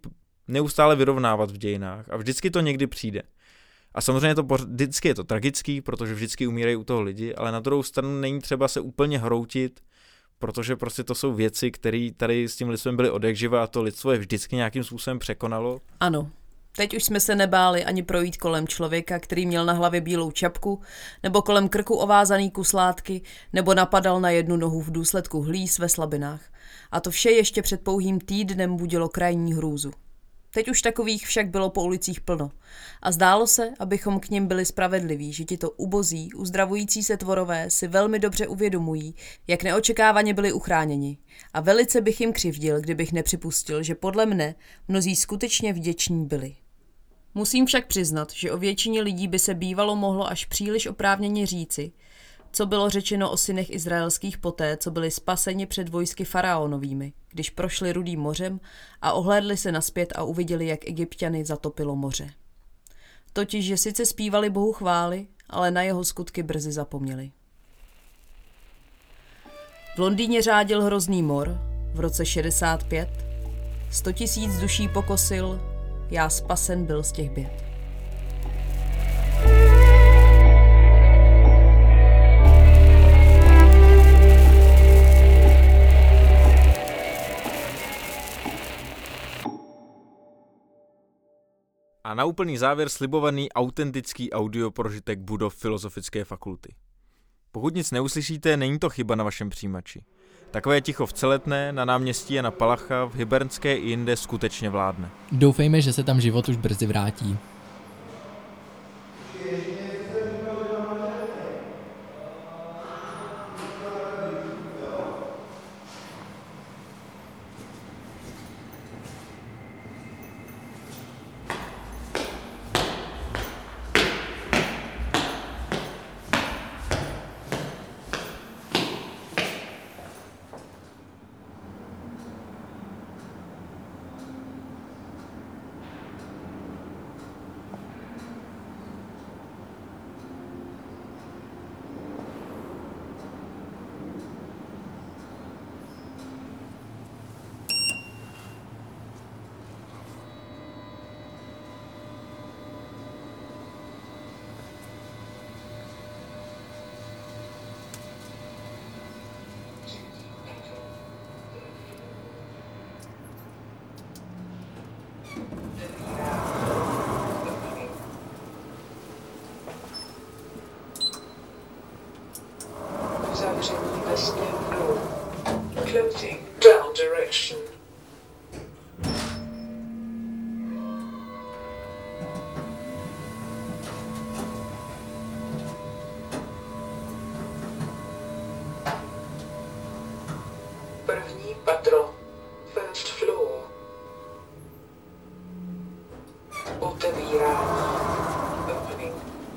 neustále vyrovnávat v dějinách a vždycky to někdy přijde. A samozřejmě to vždycky je to tragický, protože vždycky umírají u toho lidi, ale na druhou stranu není třeba se úplně hroutit, protože prostě to jsou věci, které tady s tím lidstvem byly odjakživa a to lidstvo je vždycky nějakým způsobem překonalo. Ano. Teď už jsme se nebáli ani projít kolem člověka, který měl na hlavě bílou čapku, nebo kolem krku ovázaný kus látky, nebo napadal na jednu nohu v důsledku hlíz ve slabinách. A to vše ještě před pouhým týdnem budilo krajní hrůzu. Teď už takových však bylo po ulicích plno. A zdálo se, abychom k nim byli spravedliví, že tito ubozí, uzdravující se tvorové si velmi dobře uvědomují, jak neočekávaně byli uchráněni. A velice bych jim křivdil, kdybych nepřipustil, že podle mne mnozí skutečně vděční byli. Musím však přiznat, že o většině lidí by se bývalo mohlo až příliš oprávněně říci, co bylo řečeno o synech izraelských poté, co byli spaseni před vojsky faraonovými, když prošli Rudým mořem a ohlédli se nazpět a uviděli, jak Egypťany zatopilo moře. Totiž, že sice zpívali Bohu chvály, ale na jeho skutky brzy zapomněli. V Londýně řádil hrozný mor, v roce šedesát pět, sto tisíc duší pokosil, já spasen byl z těch běd. A na úplný závěr slibovaný autentický audio prožitek budov Filozofické fakulty. Pokud nic neuslyšíte, není to chyba na vašem přijímači. Takové ticho v Celetné, na náměstí a na Palacha, v Hybernské i jinde skutečně vládne. Doufejme, že se tam život už brzy vrátí. Uzavření ve směru. Closing down direction. První patro. First floor. Otevírání. Opening.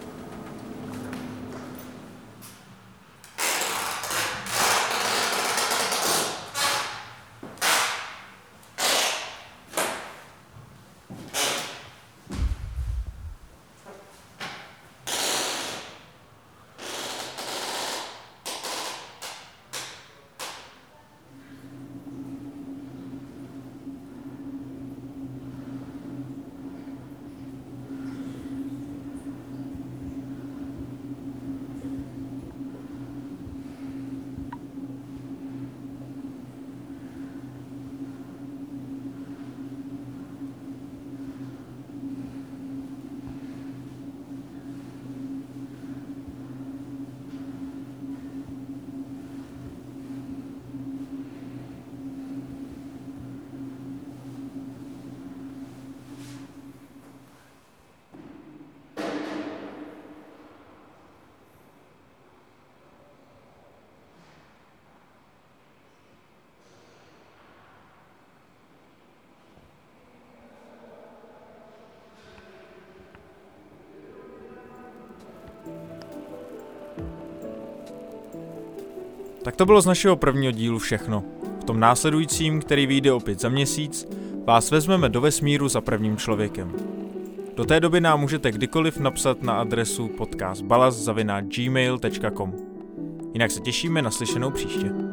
Tak to bylo z našeho prvního dílu všechno. V tom následujícím, který vyjde opět za měsíc, vás vezmeme do vesmíru za prvním člověkem. Do té doby nám můžete kdykoliv napsat na adresu podcast balast zavináč gmail tečka com. Jinak se těšíme na slyšenou příště.